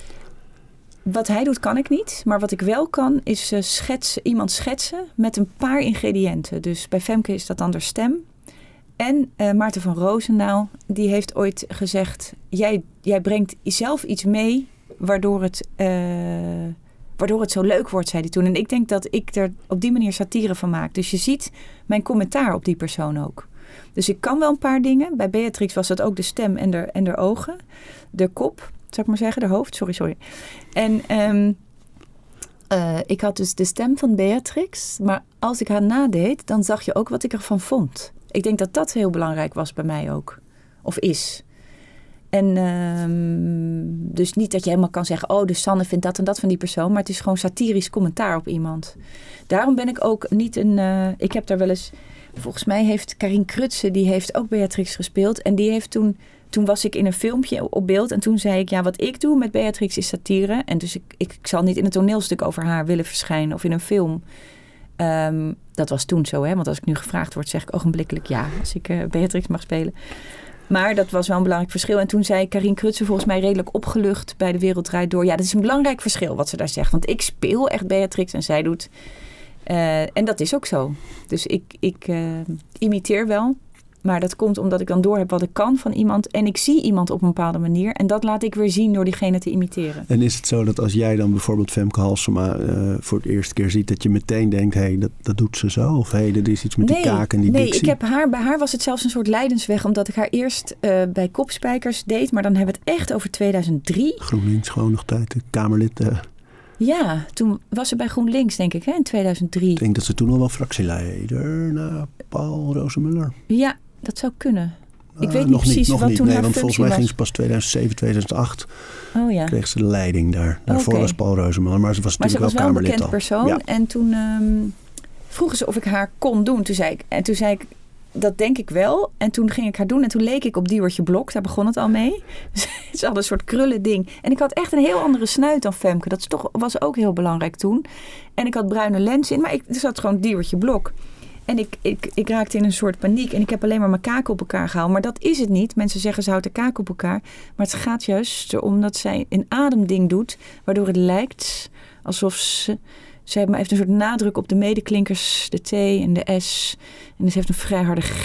Wat hij doet kan ik niet. Maar wat ik wel kan is uh, schetsen, iemand schetsen met een paar ingrediënten. Dus bij Femke is dat dan de stem. En uh, Maarten van Roosendaal, die heeft ooit gezegd, jij, jij brengt zelf iets mee waardoor het, uh, waardoor het zo leuk wordt, zei hij toen. En ik denk dat ik er op die manier satire van maak. Dus je ziet mijn commentaar op die persoon ook. Dus ik kan wel een paar dingen. Bij Beatrix was dat ook de stem en de, en de ogen. De kop, zou ik maar zeggen, de hoofd. Sorry, sorry. En um, uh, ik had dus de stem van Beatrix. Maar als ik haar nadeed, dan zag je ook wat ik ervan vond. Ik denk dat dat heel belangrijk was bij mij ook. Of is. En um, dus niet dat je helemaal kan zeggen, oh, dus Sanne vindt dat en dat van die persoon. Maar het is gewoon satirisch commentaar op iemand. Daarom ben ik ook niet een... Uh, ik heb daar wel eens... Volgens mij heeft Karin Krutse, die heeft ook Beatrix gespeeld. En die heeft toen... Toen was ik in een filmpje op beeld. En toen zei ik, ja, wat ik doe met Beatrix is satire. En dus ik, ik, ik zal niet in een toneelstuk over haar willen verschijnen. Of in een film. Um, dat was toen zo, hè. Want als ik nu gevraagd word, zeg ik ogenblikkelijk ja. Als ik uh, Beatrix mag spelen. Maar dat was wel een belangrijk verschil. En toen zei Carien Krutse volgens mij redelijk opgelucht bij De Wereld Draait Door. Ja, dat is een belangrijk verschil wat ze daar zegt. Want ik speel echt Beatrix en zij doet... Uh, en dat is ook zo. Dus ik, ik uh, imiteer wel. Maar dat komt omdat ik dan door heb wat ik kan van iemand. En ik zie iemand op een bepaalde manier. En dat laat ik weer zien door diegene te imiteren. En is het zo dat als jij dan bijvoorbeeld Femke Halsema uh, voor het eerste keer ziet... dat je meteen denkt, hé, hey, dat, dat doet ze zo? Of hé, hey, dat is iets met nee, die kaak en die nee, dictie? Nee, ik heb haar, bij haar was het zelfs een soort lijdensweg. Omdat ik haar eerst uh, bij Kopspijkers deed. Maar dan hebben we het echt over tweeduizend drie. GroenLinks gewoon nog tijd, de Kamerlid... Uh, Ja, toen was ze bij GroenLinks, denk ik, hè, in tweeduizend drie. Ik denk dat ze toen al wel fractieleider na Paul Rozemuller. Ja, dat zou kunnen. Ik uh, weet niet precies niet, nog wat niet. toen nee, haar want volgens mij was. ging ze pas tweeduizend zeven, tweeduizend acht. Oh ja. Kreeg ze de leiding daar. Daarvoor okay. was Paul Rozemuller, maar ze was maar natuurlijk ze was wel wel een Kamerlid bekend al. persoon. Ja. En toen um, vroegen ze of ik haar kon doen. Toen zei ik, en toen zei ik, dat denk ik wel. En toen ging ik haar doen en toen leek ik op Diewertje Blok. Daar begon het al mee. Ze hadden een soort krullen ding. En ik had echt een heel andere snuit dan Femke. Dat is toch, was ook heel belangrijk toen. En ik had bruine lens in, maar ik zat gewoon Diewertje Blok. En ik, ik, ik raakte in een soort paniek. En ik heb alleen maar mijn kaken op elkaar gehouden. Maar dat is het niet. Mensen zeggen ze houdt de kaken op elkaar. Maar het gaat juist erom dat zij een ademding doet. Waardoor het lijkt alsof ze... Ze heeft een soort nadruk op de medeklinkers. De T en de S. En ze heeft een vrij harde G.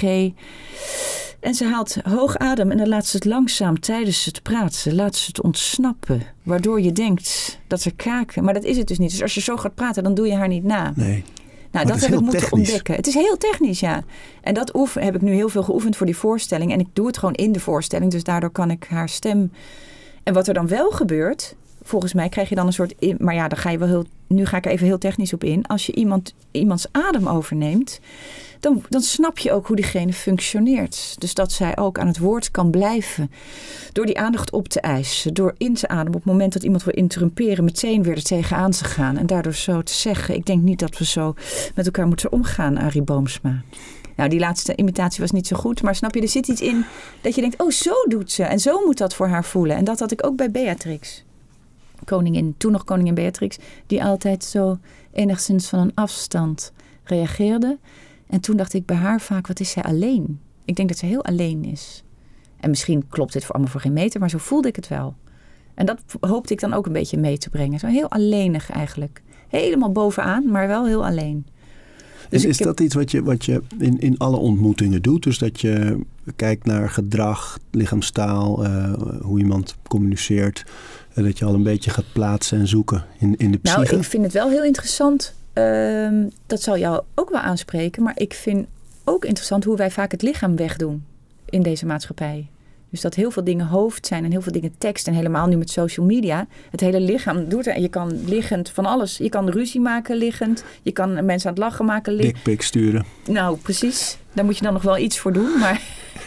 En ze haalt hoog adem. En dan laat ze het langzaam tijdens het praten. Laat ze het ontsnappen. Waardoor je denkt dat ze kaken. Maar dat is het dus niet. Dus als je zo gaat praten, dan doe je haar niet na. Nee. Nou, dat heb ik moeten technisch. ontdekken. Het is heel technisch, ja. En dat oefen, heb ik nu heel veel geoefend voor die voorstelling. En ik doe het gewoon in de voorstelling. Dus daardoor kan ik haar stem... En wat er dan wel gebeurt... Volgens mij krijg je dan een soort... In, maar ja, dan ga je wel heel... Nu ga ik er even heel technisch op in. Als je iemand, iemands adem overneemt... Dan, dan snap je ook hoe diegene functioneert. Dus dat zij ook aan het woord kan blijven. Door die aandacht op te eisen. Door in te ademen op het moment dat iemand wil interrumperen. Meteen weer er tegenaan te gaan. En daardoor zo te zeggen. Ik denk niet dat we zo met elkaar moeten omgaan, Arie Boomsma. Nou, die laatste imitatie was niet zo goed. Maar snap je, er zit iets in dat je denkt... Oh, zo doet ze. En zo moet dat voor haar voelen. En dat had ik ook bij Beatrix. Koningin, toen nog koningin Beatrix, die altijd zo enigszins van een afstand reageerde. En toen dacht ik bij haar vaak, wat is zij alleen? Ik denk dat ze heel alleen is. En misschien klopt dit voor allemaal voor geen meter, maar zo voelde ik het wel. En dat hoopte ik dan ook een beetje mee te brengen. Zo heel alleenig eigenlijk. Helemaal bovenaan, maar wel heel alleen. Dus en is heb... dat iets wat je, wat je in, in alle ontmoetingen doet? Dus dat je kijkt naar gedrag, lichaamstaal, uh, hoe iemand communiceert... Dat je al een beetje gaat plaatsen en zoeken in, in de psyche? Nou, ik vind het wel heel interessant. Uh, dat zal jou ook wel aanspreken. Maar ik vind ook interessant hoe wij vaak het lichaam wegdoen in deze maatschappij. Dus dat heel veel dingen hoofd zijn en heel veel dingen tekst. En helemaal nu met social media. Het hele lichaam doet er. En je kan liggend van alles. Je kan ruzie maken liggend. Je kan mensen aan het lachen maken liggend. Dickpic sturen. Nou, precies. Daar moet je dan nog wel iets voor doen. Maar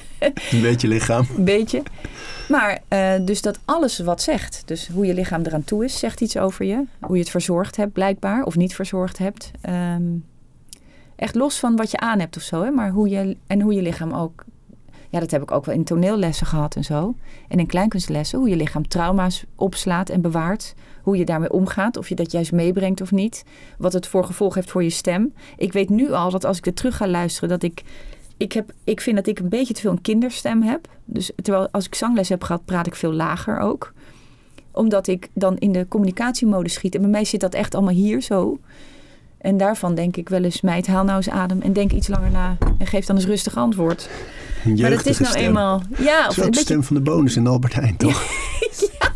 een beetje lichaam. Een beetje. Maar uh, dus dat alles wat zegt. Dus hoe je lichaam eraan toe is, zegt iets over je. Hoe je het verzorgd hebt blijkbaar. Of niet verzorgd hebt. Um, echt los van wat je aan hebt of zo. Hè? Maar hoe je, en hoe je lichaam ook... Ja, dat heb ik ook wel in toneellessen gehad en zo. En in kleinkunstlessen. Hoe je lichaam trauma's opslaat en bewaart. Hoe je daarmee omgaat. Of je dat juist meebrengt of niet. Wat het voor gevolg heeft voor je stem. Ik weet nu al dat als ik er terug ga luisteren... dat ik... Ik, heb, ik vind dat ik een beetje te veel een kinderstem heb. Dus terwijl als ik zangles heb gehad, praat ik veel lager ook. Omdat ik dan in de communicatiemodus schiet. En bij mij zit dat echt allemaal hier zo. En daarvan denk ik wel eens, meid, haal nou eens adem. En denk iets langer na. En geef dan eens rustig antwoord. Een maar dat is nou stem. eenmaal... Ja, of een beetje... stem van de bonus in de Albert Heijn, toch? Ja.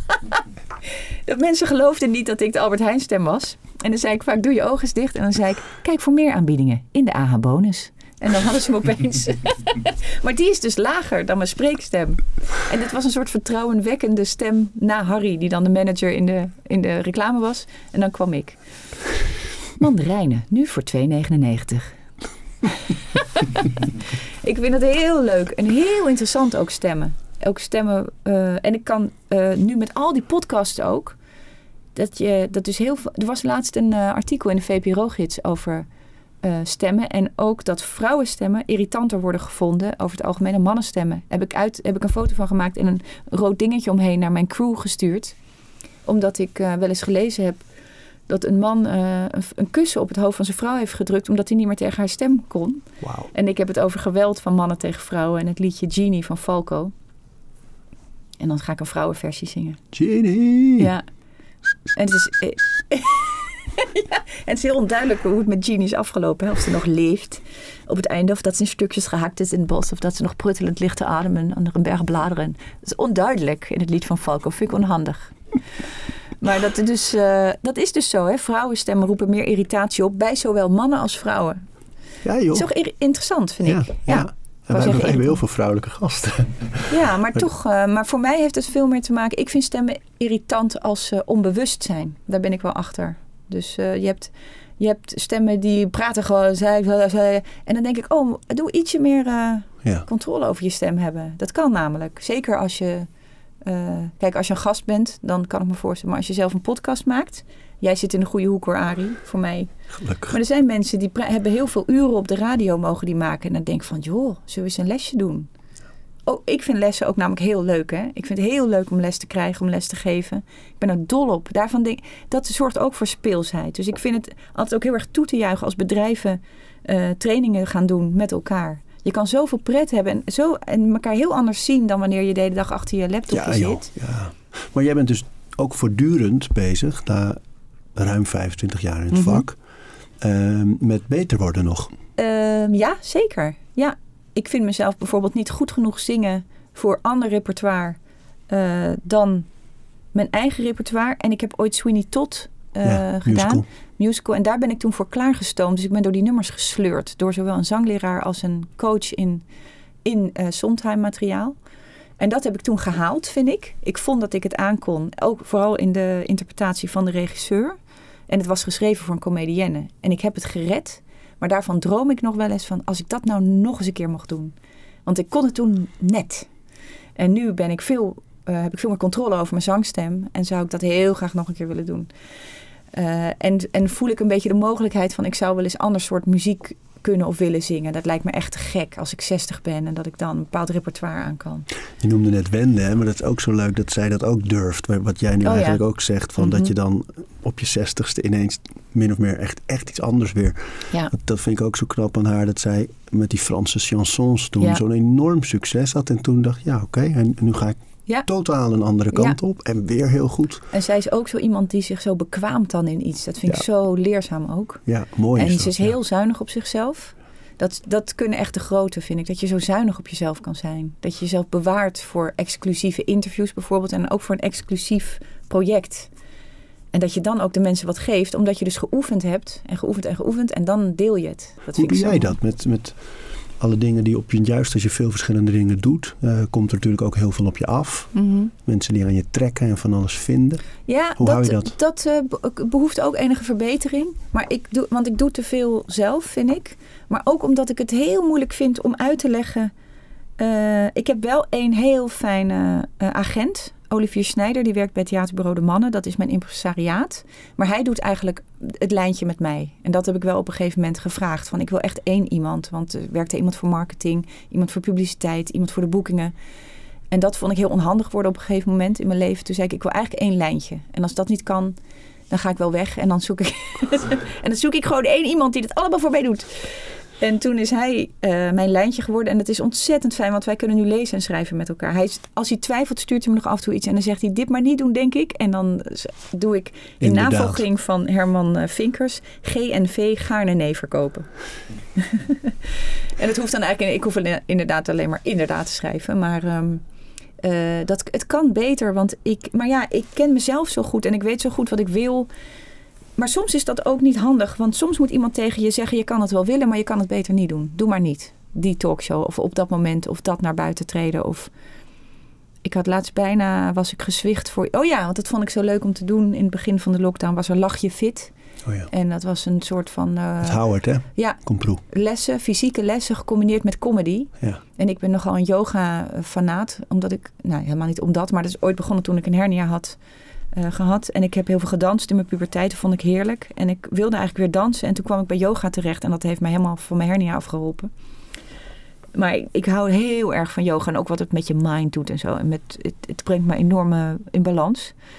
Dat mensen geloofden niet dat ik de Albert Heijn stem was. En dan zei ik vaak, doe je ogen eens dicht. En dan zei ik, kijk voor meer aanbiedingen in de A H bonus. En dan hadden ze me opeens. Maar die is dus lager dan mijn spreekstem. En dit was een soort vertrouwenwekkende stem na Harry, die dan de manager in de, in de reclame was. En dan kwam ik. Mandarijnen, nu voor twee negenennegentig. Ik vind het heel leuk en heel interessant ook stemmen. Ook stemmen. Uh, en ik kan uh, nu met al die podcasts ook. Dat je, dat dus heel, er was laatst een uh, artikel in de V P R O-gids over... Uh, stemmen. En ook dat vrouwenstemmen irritanter worden gevonden over het algemeen dan mannenstemmen. Heb ik, uit, heb ik een foto van gemaakt en een rood dingetje omheen naar mijn crew gestuurd. Omdat ik uh, wel eens gelezen heb dat een man uh, een, een kussen op het hoofd van zijn vrouw heeft gedrukt omdat hij niet meer tegen haar stem kon. Wow. En ik heb het over geweld van mannen tegen vrouwen en het liedje Genie van Falco. En dan ga ik een vrouwenversie zingen. Genie! Ja. En het is... ja, en het is heel onduidelijk hoe het met Genie is afgelopen. Hè? Of ze nog leeft op het einde. Of dat ze in stukjes gehakt is in het bos. Of dat ze nog pruttelend ligt te ademen onder een berg bladeren. Dat is onduidelijk in het lied van Falco. Vind ik onhandig. Maar dat, dus, uh, dat is dus zo. Hè? Vrouwenstemmen roepen meer irritatie op. Bij zowel mannen als vrouwen. Ja, joh. Dat is toch ir- interessant, vind ja, ik. Ja. ja. En wij hebben heel veel vrouwelijke gasten. Ja, maar toch. Uh, maar voor mij heeft het veel meer te maken. Ik vind stemmen irritant als ze onbewust zijn. Daar ben ik wel achter. Dus uh, je, hebt, je hebt stemmen die praten gewoon. Zij, zij, en dan denk ik, oh, doe ietsje meer uh, ja. controle over je stem hebben. Dat kan namelijk. Zeker als je... Uh, kijk, als je een gast bent, dan kan ik me voorstellen. Maar als je zelf een podcast maakt... Jij zit in de goede hoek hoor, Arie, voor mij. Gelukkig. Maar er zijn mensen die pra- hebben heel veel uren op de radio mogen die maken. En dan denk ik van, joh, zullen we eens een lesje doen? Oh, ik vind lessen ook namelijk heel leuk, hè. Ik vind het heel leuk om les te krijgen, om les te geven. Ik ben er dol op. Daarvan denk, dat zorgt ook voor speelsheid. Dus ik vind het altijd ook heel erg toe te juichen als bedrijven uh, trainingen gaan doen met elkaar. Je kan zoveel pret hebben en, zo, en elkaar heel anders zien dan wanneer je de hele dag achter je laptopje ja, zit. Joh, ja. Maar jij bent dus ook voortdurend bezig, na ruim vijfentwintig jaar in het mm-hmm. vak, uh, met beter worden nog. Uh, ja, zeker. Ja, ik vind mezelf bijvoorbeeld niet goed genoeg zingen voor ander repertoire uh, dan mijn eigen repertoire. En ik heb ooit Sweeney Todd uh, ja, gedaan. Musical. musical. En daar ben ik toen voor klaargestoomd. Dus ik ben door die nummers gesleurd. Door zowel een zangleraar als een coach in, in uh, Sondheim materiaal. En dat heb ik toen gehaald, vind ik. Ik vond dat ik het aankon. Ook vooral in de interpretatie van de regisseur. En het was geschreven voor een comedienne. En ik heb het gered. Maar daarvan droom ik nog wel eens van... als ik dat nou nog eens een keer mocht doen. Want ik kon het toen net. En nu ben ik veel, uh, heb ik veel meer controle over mijn zangstem. En zou ik dat heel graag nog een keer willen doen. Uh, en, en voel ik een beetje de mogelijkheid van... ik zou wel eens ander soort muziek kunnen of willen zingen. Dat lijkt me echt te gek als ik zestig ben... en dat ik dan een bepaald repertoire aan kan. Je noemde net Wende, hè? Maar dat is ook zo leuk dat zij dat ook durft. Wat jij nu oh, eigenlijk ja. ook zegt. Van mm-hmm. Dat je dan op je zestigste ineens min of meer echt, echt iets anders weer... Ja. Dat, dat vind ik ook zo knap aan haar. Dat zij met die Franse chansons toen ja. zo'n enorm succes had. En toen dacht ja oké, okay, en nu ga ik... Ja. Totaal een andere kant ja. op. En weer heel goed. En zij is ook zo iemand die zich zo bekwaamt dan in iets. Dat vind ja. ik zo leerzaam ook. Ja, mooi En is ze is dat, heel ja. zuinig op zichzelf. Dat, dat kunnen echt de grote, vind ik. Dat je zo zuinig op jezelf kan zijn. Dat je jezelf bewaart voor exclusieve interviews bijvoorbeeld. En ook voor een exclusief project. En dat je dan ook de mensen wat geeft. Omdat je dus geoefend hebt. En geoefend en geoefend. En dan deel je het. Dat Hoe vind doe ik jij zo... dat? Met... met... alle dingen die op je... Juist als je veel verschillende dingen doet... Uh, komt er natuurlijk ook heel veel op je af. Mm-hmm. Mensen die aan je trekken en van alles vinden. Ja, Hoe dat, hou je dat? dat uh, behoeft ook enige verbetering. Maar ik doe, want ik doe te veel zelf, vind ik. Maar ook omdat ik het heel moeilijk vind om uit te leggen... Uh, ik heb wel een heel fijne uh, agent... Olivier Snijder, die werkt bij Theaterbureau De Mannen. Dat is mijn impresariaat. Maar hij doet eigenlijk het lijntje met mij. En dat heb ik wel op een gegeven moment gevraagd. Van ik wil echt één iemand. Want er werkte iemand voor marketing, iemand voor publiciteit, iemand voor de boekingen. En dat vond ik heel onhandig worden op een gegeven moment in mijn leven. Toen zei ik, ik wil eigenlijk één lijntje. En als dat niet kan, dan ga ik wel weg. En dan zoek ik, en dan zoek ik gewoon één iemand die het allemaal voor mij doet. En toen is hij uh, mijn lijntje geworden. En dat is ontzettend fijn, want wij kunnen nu lezen en schrijven met elkaar. Hij is, als hij twijfelt, stuurt hij me nog af en toe iets. En dan zegt hij, dit maar niet doen, denk ik. En dan doe ik in Inderdaad. navolging van Herman Vinkers... G en V gaarne nee verkopen. En het hoeft dan eigenlijk... Ik hoef inderdaad alleen maar inderdaad te schrijven. Maar um, uh, dat, het kan beter. Want ik, maar ja, ik ken mezelf zo goed. En ik weet zo goed wat ik wil... Maar soms is dat ook niet handig. Want soms moet iemand tegen je zeggen... je kan het wel willen, maar je kan het beter niet doen. Doe maar niet. Die talkshow of op dat moment of dat naar buiten treden. Of ik had laatst bijna... was ik gezwicht voor... Oh ja, want dat vond ik zo leuk om te doen. In het begin van de lockdown was er Lach je fit. Oh ja. En dat was een soort van... Uh, het Howard, hè? Ja. Komproe. Lessen, fysieke lessen gecombineerd met comedy. Ja. En ik ben nogal een yoga-fanaat. Omdat ik... Nou, helemaal niet omdat. Maar dat is ooit begonnen toen ik een hernia had... Uh, gehad. En ik heb heel veel gedanst in mijn puberteit. Dat vond ik heerlijk. En ik wilde eigenlijk weer dansen. En toen kwam ik bij yoga terecht. En dat heeft mij helemaal van mijn hernia afgeholpen. Maar ik, ik hou heel erg van yoga. En ook wat het met je mind doet en zo. En met, het, het brengt me enorm in balans.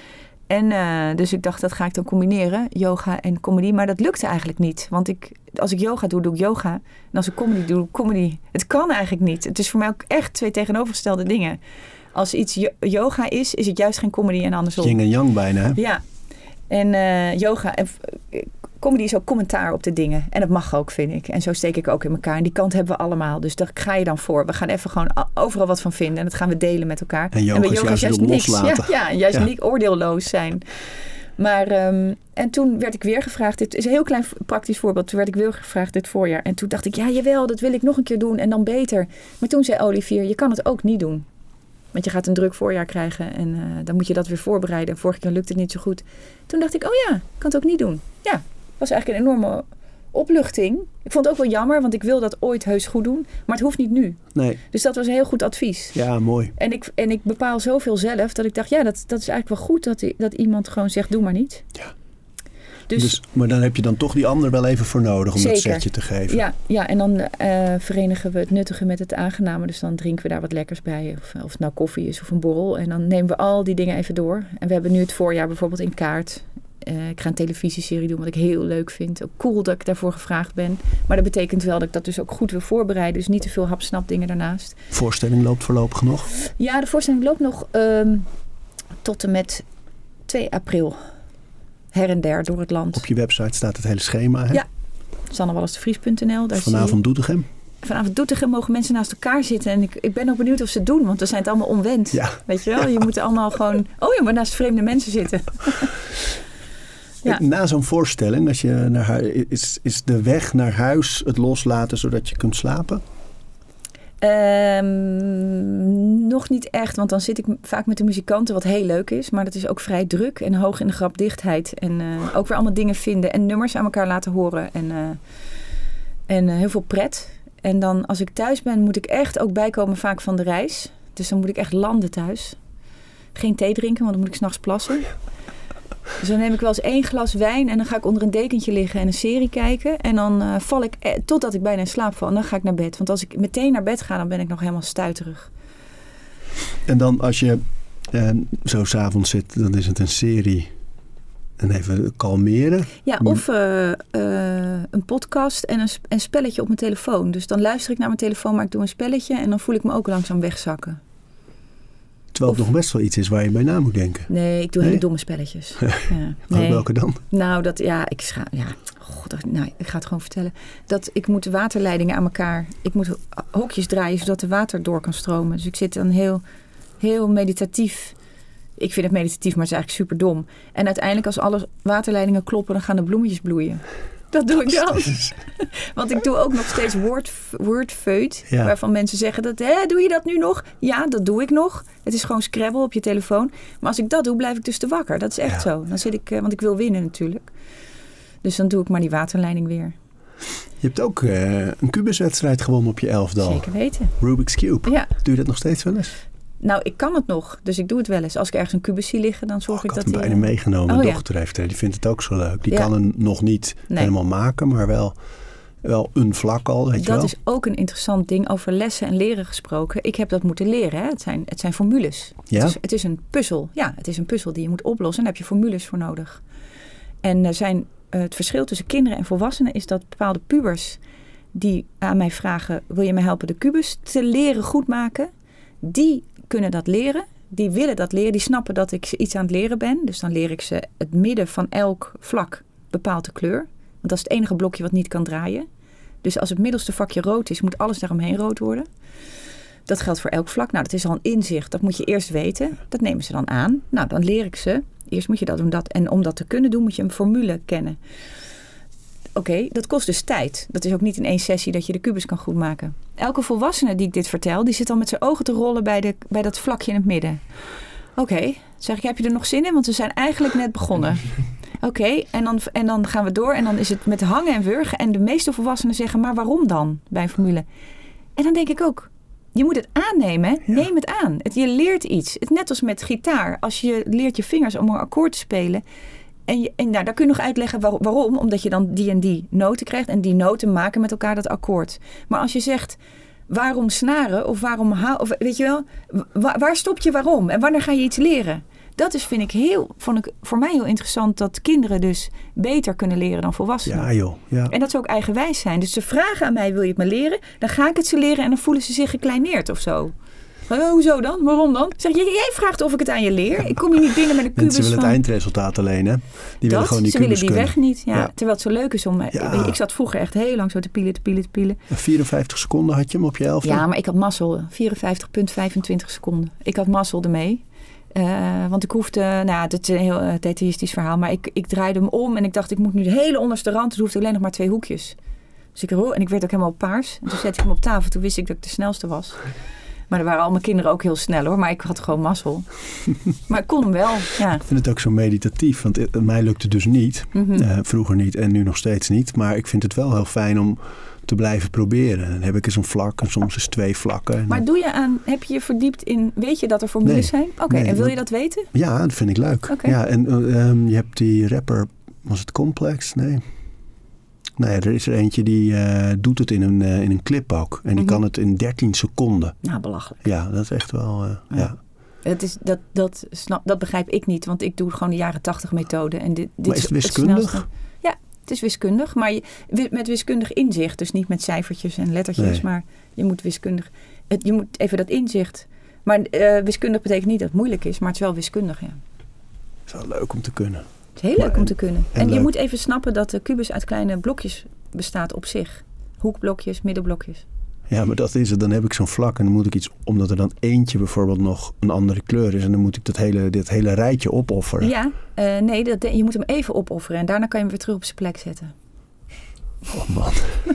En uh, dus ik dacht, dat ga ik dan combineren, yoga en comedy. Maar dat lukte eigenlijk niet. Want ik, als ik yoga doe, doe ik yoga. En als ik comedy doe, doe ik comedy. Het kan eigenlijk niet. Het is voor mij ook echt twee tegenovergestelde dingen. Als iets yoga is, is het juist geen comedy en andersom. Yin en yang bijna, hè? Ja. En uh, yoga... En, uh, comedy is ook commentaar op de dingen. En dat mag ook, vind ik. En zo steek ik ook in elkaar. En die kant hebben we allemaal. Dus daar ga je dan voor. We gaan even gewoon overal wat van vinden. En dat gaan we delen met elkaar. En yoga, en yoga is juist, juist niks. Loslaten. Ja, ja, en juist ja. niet oordeelloos zijn. Maar, um, en toen werd ik weer gevraagd. Dit is een heel klein praktisch voorbeeld. Toen werd ik weer gevraagd dit voorjaar. En toen dacht ik, ja jawel, dat wil ik nog een keer doen. En dan beter. Maar toen zei Olivier, je kan het ook niet doen. Want je gaat een druk voorjaar krijgen. En uh, dan moet je dat weer voorbereiden. Vorige keer lukte het niet zo goed. Toen dacht ik, oh ja, ik kan het ook niet doen. Ja. Dat was eigenlijk een enorme opluchting. Ik vond het ook wel jammer, want ik wil dat ooit heus goed doen. Maar het hoeft niet nu. Nee. Dus dat was een heel goed advies. Ja, mooi. En ik, en ik bepaal zoveel zelf dat ik dacht, ja, dat, dat is eigenlijk wel goed dat, dat iemand gewoon zegt, doe maar niet. Ja. Dus, dus, maar dan heb je dan toch die ander wel even voor nodig om zeker. dat setje te geven. Ja, ja en dan uh, verenigen we het nuttige met het aangename. Dus dan drinken we daar wat lekkers bij. Of, of het nou koffie is of een borrel. En dan nemen we al die dingen even door. En we hebben nu het voorjaar bijvoorbeeld in kaart. Uh, ik ga een televisieserie doen wat ik heel leuk vind. Ook cool dat ik daarvoor gevraagd ben. Maar dat betekent wel dat ik dat dus ook goed wil voorbereiden. Dus niet te veel hap-snap dingen daarnaast. De voorstelling loopt voorlopig nog? Ja, de voorstelling loopt nog um, tot en met twee april. Her en der door het land. Op je website staat het hele schema, hè? Ja, sannewallesdevries punt n l. Vanavond Doetinchem? Vanavond Doetinchem mogen mensen naast elkaar zitten. En ik, ik ben ook benieuwd of ze het doen, want we zijn het allemaal onwend. Ja. Weet je wel, je moet allemaal gewoon... Oh ja, maar naast vreemde mensen zitten. Ja. Na zo'n voorstelling, als je naar huis, is, is de weg naar huis het loslaten zodat je kunt slapen? Um, nog niet echt, want dan zit ik vaak met de muzikanten, wat heel leuk is. Maar dat is ook vrij druk en hoog in de grapdichtheid. En uh, ook weer allemaal dingen vinden en nummers aan elkaar laten horen. En, uh, en uh, heel veel pret. En dan als ik thuis ben, moet ik echt ook bijkomen vaak van de reis. Dus dan moet ik echt landen thuis. Geen thee drinken, want dan moet ik 's nachts plassen. Dus dan neem ik wel eens één glas wijn en dan ga ik onder een dekentje liggen en een serie kijken. En dan uh, val ik, eh, totdat ik bijna in slaap val. En dan ga ik naar bed. Want als ik meteen naar bed ga, dan ben ik nog helemaal stuiterig. En dan als je uh, zo 's avonds zit, dan is het een serie en even kalmeren. Ja, of uh, uh, een podcast en een, een spelletje op mijn telefoon. Dus dan luister ik naar mijn telefoon, maar ik doe een spelletje en dan voel ik me ook langzaam wegzakken. Terwijl het of, nog best wel iets is waar je bij na moet denken. Nee, ik doe nee? hele domme spelletjes. Ja, nee. Welke dan? Nou, dat, ja, ik, scha- ja God, nou, ik ga het gewoon vertellen. Dat ik moet waterleidingen aan elkaar... Ik moet hokjes draaien, zodat de water door kan stromen. Dus ik zit dan heel, heel meditatief. Ik vind het meditatief, maar het is eigenlijk super dom. En uiteindelijk, als alle waterleidingen kloppen, dan gaan de bloemetjes bloeien. Dat doe ik dan. Want ik doe ook nog steeds word, wordfeut. Ja. Waarvan mensen zeggen, dat, hè, doe je dat nu nog? Ja, dat doe ik nog. Het is gewoon Scrabble op je telefoon. Maar als ik dat doe, blijf ik dus te wakker. Dat is echt ja. zo. Dan zit ik, want ik wil winnen natuurlijk. Dus dan doe ik maar die waterleiding weer. Je hebt ook uh, een kubuswedstrijd gewonnen op je elftal. Zeker weten. Rubik's Cube. Ja. Doe je dat nog steeds wel eens? Nou, ik kan het nog. Dus ik doe het wel eens. Als ik ergens een kubus zie liggen, dan zorg oh, ik, ik dat die... Ik had hem bijna meegenomen. Mijn oh, dochter ja. heeft er. Die vindt het ook zo leuk. Die ja. kan hem nog niet nee. helemaal maken, maar wel, wel een vlak al. Weet dat je wel? Is ook een interessant ding over lessen en leren gesproken. Ik heb dat moeten leren. Hè? Het, zijn, het zijn formules. Ja? Het, is, het is een puzzel. Ja, het is een puzzel die je moet oplossen. En daar heb je formules voor nodig. En er zijn, uh, het verschil tussen kinderen en volwassenen is dat bepaalde pubers die aan mij vragen, wil je me helpen de kubus te leren goed maken? Die kunnen dat leren. Die willen dat leren. Die snappen dat ik iets aan het leren ben. Dus dan leer ik ze het midden van elk vlak bepaalt de kleur. Want dat is het enige blokje wat niet kan draaien. Dus als het middelste vakje rood is, moet alles daaromheen rood worden. Dat geldt voor elk vlak. Nou, dat is al een inzicht. Dat moet je eerst weten. Dat nemen ze dan aan. Nou, dan leer ik ze. Eerst moet je dat doen. Dat. En om dat te kunnen doen, moet je een formule kennen. Oké, okay, dat kost dus tijd. Dat is ook niet in één sessie dat je de kubus kan goed maken. Elke volwassene die ik dit vertel, die zit al met zijn ogen te rollen bij, de, bij dat vlakje in het midden. Oké, okay, zeg ik, heb je er nog zin in? Want we zijn eigenlijk net begonnen. Oké, okay, en, dan, en dan gaan we door en dan is het met hangen en wurgen. En de meeste volwassenen zeggen, maar waarom dan bij een formule? En dan denk ik ook, je moet het aannemen. Ja. Neem het aan. Het, je leert iets. Het, net als met gitaar. Als je leert je vingers om een akkoord te spelen. En, je, en nou, daar kun je nog uitleggen waar, waarom. Omdat je dan die en die noten krijgt. En die noten maken met elkaar dat akkoord. Maar als je zegt, waarom snaren? Of waarom, of, weet je wel, waar, waar stop je waarom? En wanneer ga je iets leren? dat is, vind ik heel, vond ik voor mij heel interessant, dat kinderen dus beter kunnen leren dan volwassenen. Ja joh. Ja. En dat ze ook eigenwijs zijn. Dus ze vragen aan mij, wil je het me leren? Dan ga ik het ze leren en dan voelen ze zich gekleineerd of zo. Uh, hoezo dan? Waarom dan? Zeg je, jij vraagt of ik het aan je leer. Ik kom hier niet binnen met een kubus Mensen willen van... het eindresultaat alleen, hè? Die dat, willen gewoon die ze kubus willen die kunnen. weg niet. Ja, ja. Terwijl het zo leuk is om... Ja. Ik zat vroeger echt heel lang zo te pielen, te pielen, te pielen. vierenvijftig seconden had je hem op je elfde? Ja, maar ik had mazzel. vierenvijftig komma vijfentwintig seconden. Ik had mazzel ermee. Uh, want ik hoefde... Nou, het is een heel uh, detailistisch verhaal. Maar ik, ik draaide hem om en ik dacht, ik moet nu de hele onderste rand. Dus hoefde alleen nog maar twee hoekjes. Dus ik en ik werd ook helemaal paars. En toen zette ik hem op tafel. Toen wist ik dat ik de snelste was. Maar er waren al mijn kinderen ook heel snel hoor. Maar ik had gewoon mazzel. Maar ik kon hem wel, ja. Ik vind het ook zo meditatief. Want het, mij lukt het dus niet. Mm-hmm. Uh, vroeger niet en nu nog steeds niet. Maar ik vind het wel heel fijn om te blijven proberen. Dan heb ik eens een vlak en soms eens twee vlakken. Maar doe je aan, heb je je verdiept in, weet je dat er formules nee. zijn? Oké, okay, nee, en wil je dat weten? Ja, dat vind ik leuk. Okay. Ja, en uh, um, je hebt die rapper, was het Complex? Nee. Nou ja, er is er eentje die uh, doet het in een, uh, in een clip ook. En die mm-hmm. kan het in dertien seconden. Nou, belachelijk. Ja, dat is echt wel... Uh, ja. ja. Het is, dat, dat, snap, dat begrijp ik niet, want ik doe gewoon de jaren tachtig methode. En dit, dit maar is het wiskundig? Het ja, het is wiskundig. Maar je, met wiskundig inzicht. Dus niet met cijfertjes en lettertjes. Nee. Maar je moet wiskundig... Het, je moet even dat inzicht... Maar uh, wiskundig betekent niet dat het moeilijk is. Maar het is wel wiskundig, ja. Het is wel leuk om te kunnen. Het is heel leuk maar, om te kunnen. En, en je leuk. moet even snappen dat de kubus uit kleine blokjes bestaat op zich. Hoekblokjes, middenblokjes. Ja, maar dat is het. Dan heb ik zo'n vlak en dan moet ik iets... Omdat er dan eentje bijvoorbeeld nog een andere kleur is. En dan moet ik dat hele, dit hele rijtje opofferen. Ja, uh, nee, dat, je moet hem even opofferen. En daarna kan je hem weer terug op zijn plek zetten. Oh man.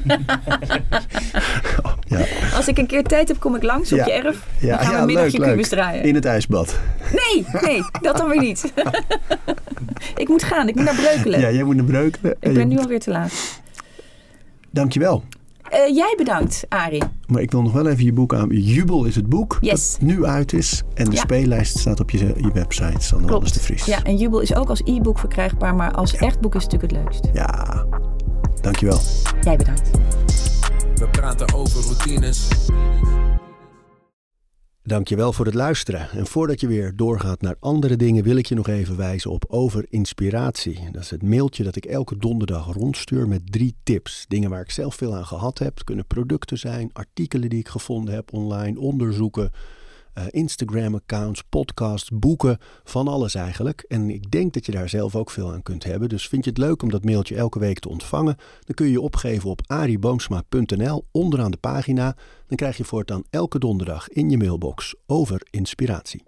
oh, ja. Als ik een keer tijd heb, kom ik langs op ja. je erf. Dan ja, gaan we ja, een middagje leuk, kubus leuk. draaien. In het ijsbad. Nee, nee, dat dan weer niet. Ik moet gaan, ik moet naar Breukelen. Ja, jij moet naar Breukelen. Ik ben nu moet... alweer te laat. Dankjewel. Uh, jij bedankt, Arie. Maar ik wil nog wel even je boek aan. Jubel is het boek yes. dat nu uit is. En de ja. speellijst staat op je, je website. Sanne Wallis de Vries. Ja, en Jubel is ook als e-book verkrijgbaar. Maar als ja. echt boek is het natuurlijk het leukst. Ja, dankjewel. Jij bedankt. We praten over routines. Dankjewel voor het luisteren. En voordat je weer doorgaat naar andere dingen, wil ik je nog even wijzen op Over Inspiratie. Dat is het mailtje dat ik elke donderdag rondstuur met drie tips. Dingen waar ik zelf veel aan gehad heb. Het kunnen producten zijn, artikelen die ik gevonden heb online, onderzoeken, uh, Instagram-accounts, podcasts, boeken, van alles eigenlijk. En ik denk dat je daar zelf ook veel aan kunt hebben. Dus vind je het leuk om dat mailtje elke week te ontvangen? Dan kun je je opgeven op arieboomsma punt n l onderaan de pagina. Dan krijg je voortaan elke donderdag in je mailbox Over Inspiratie.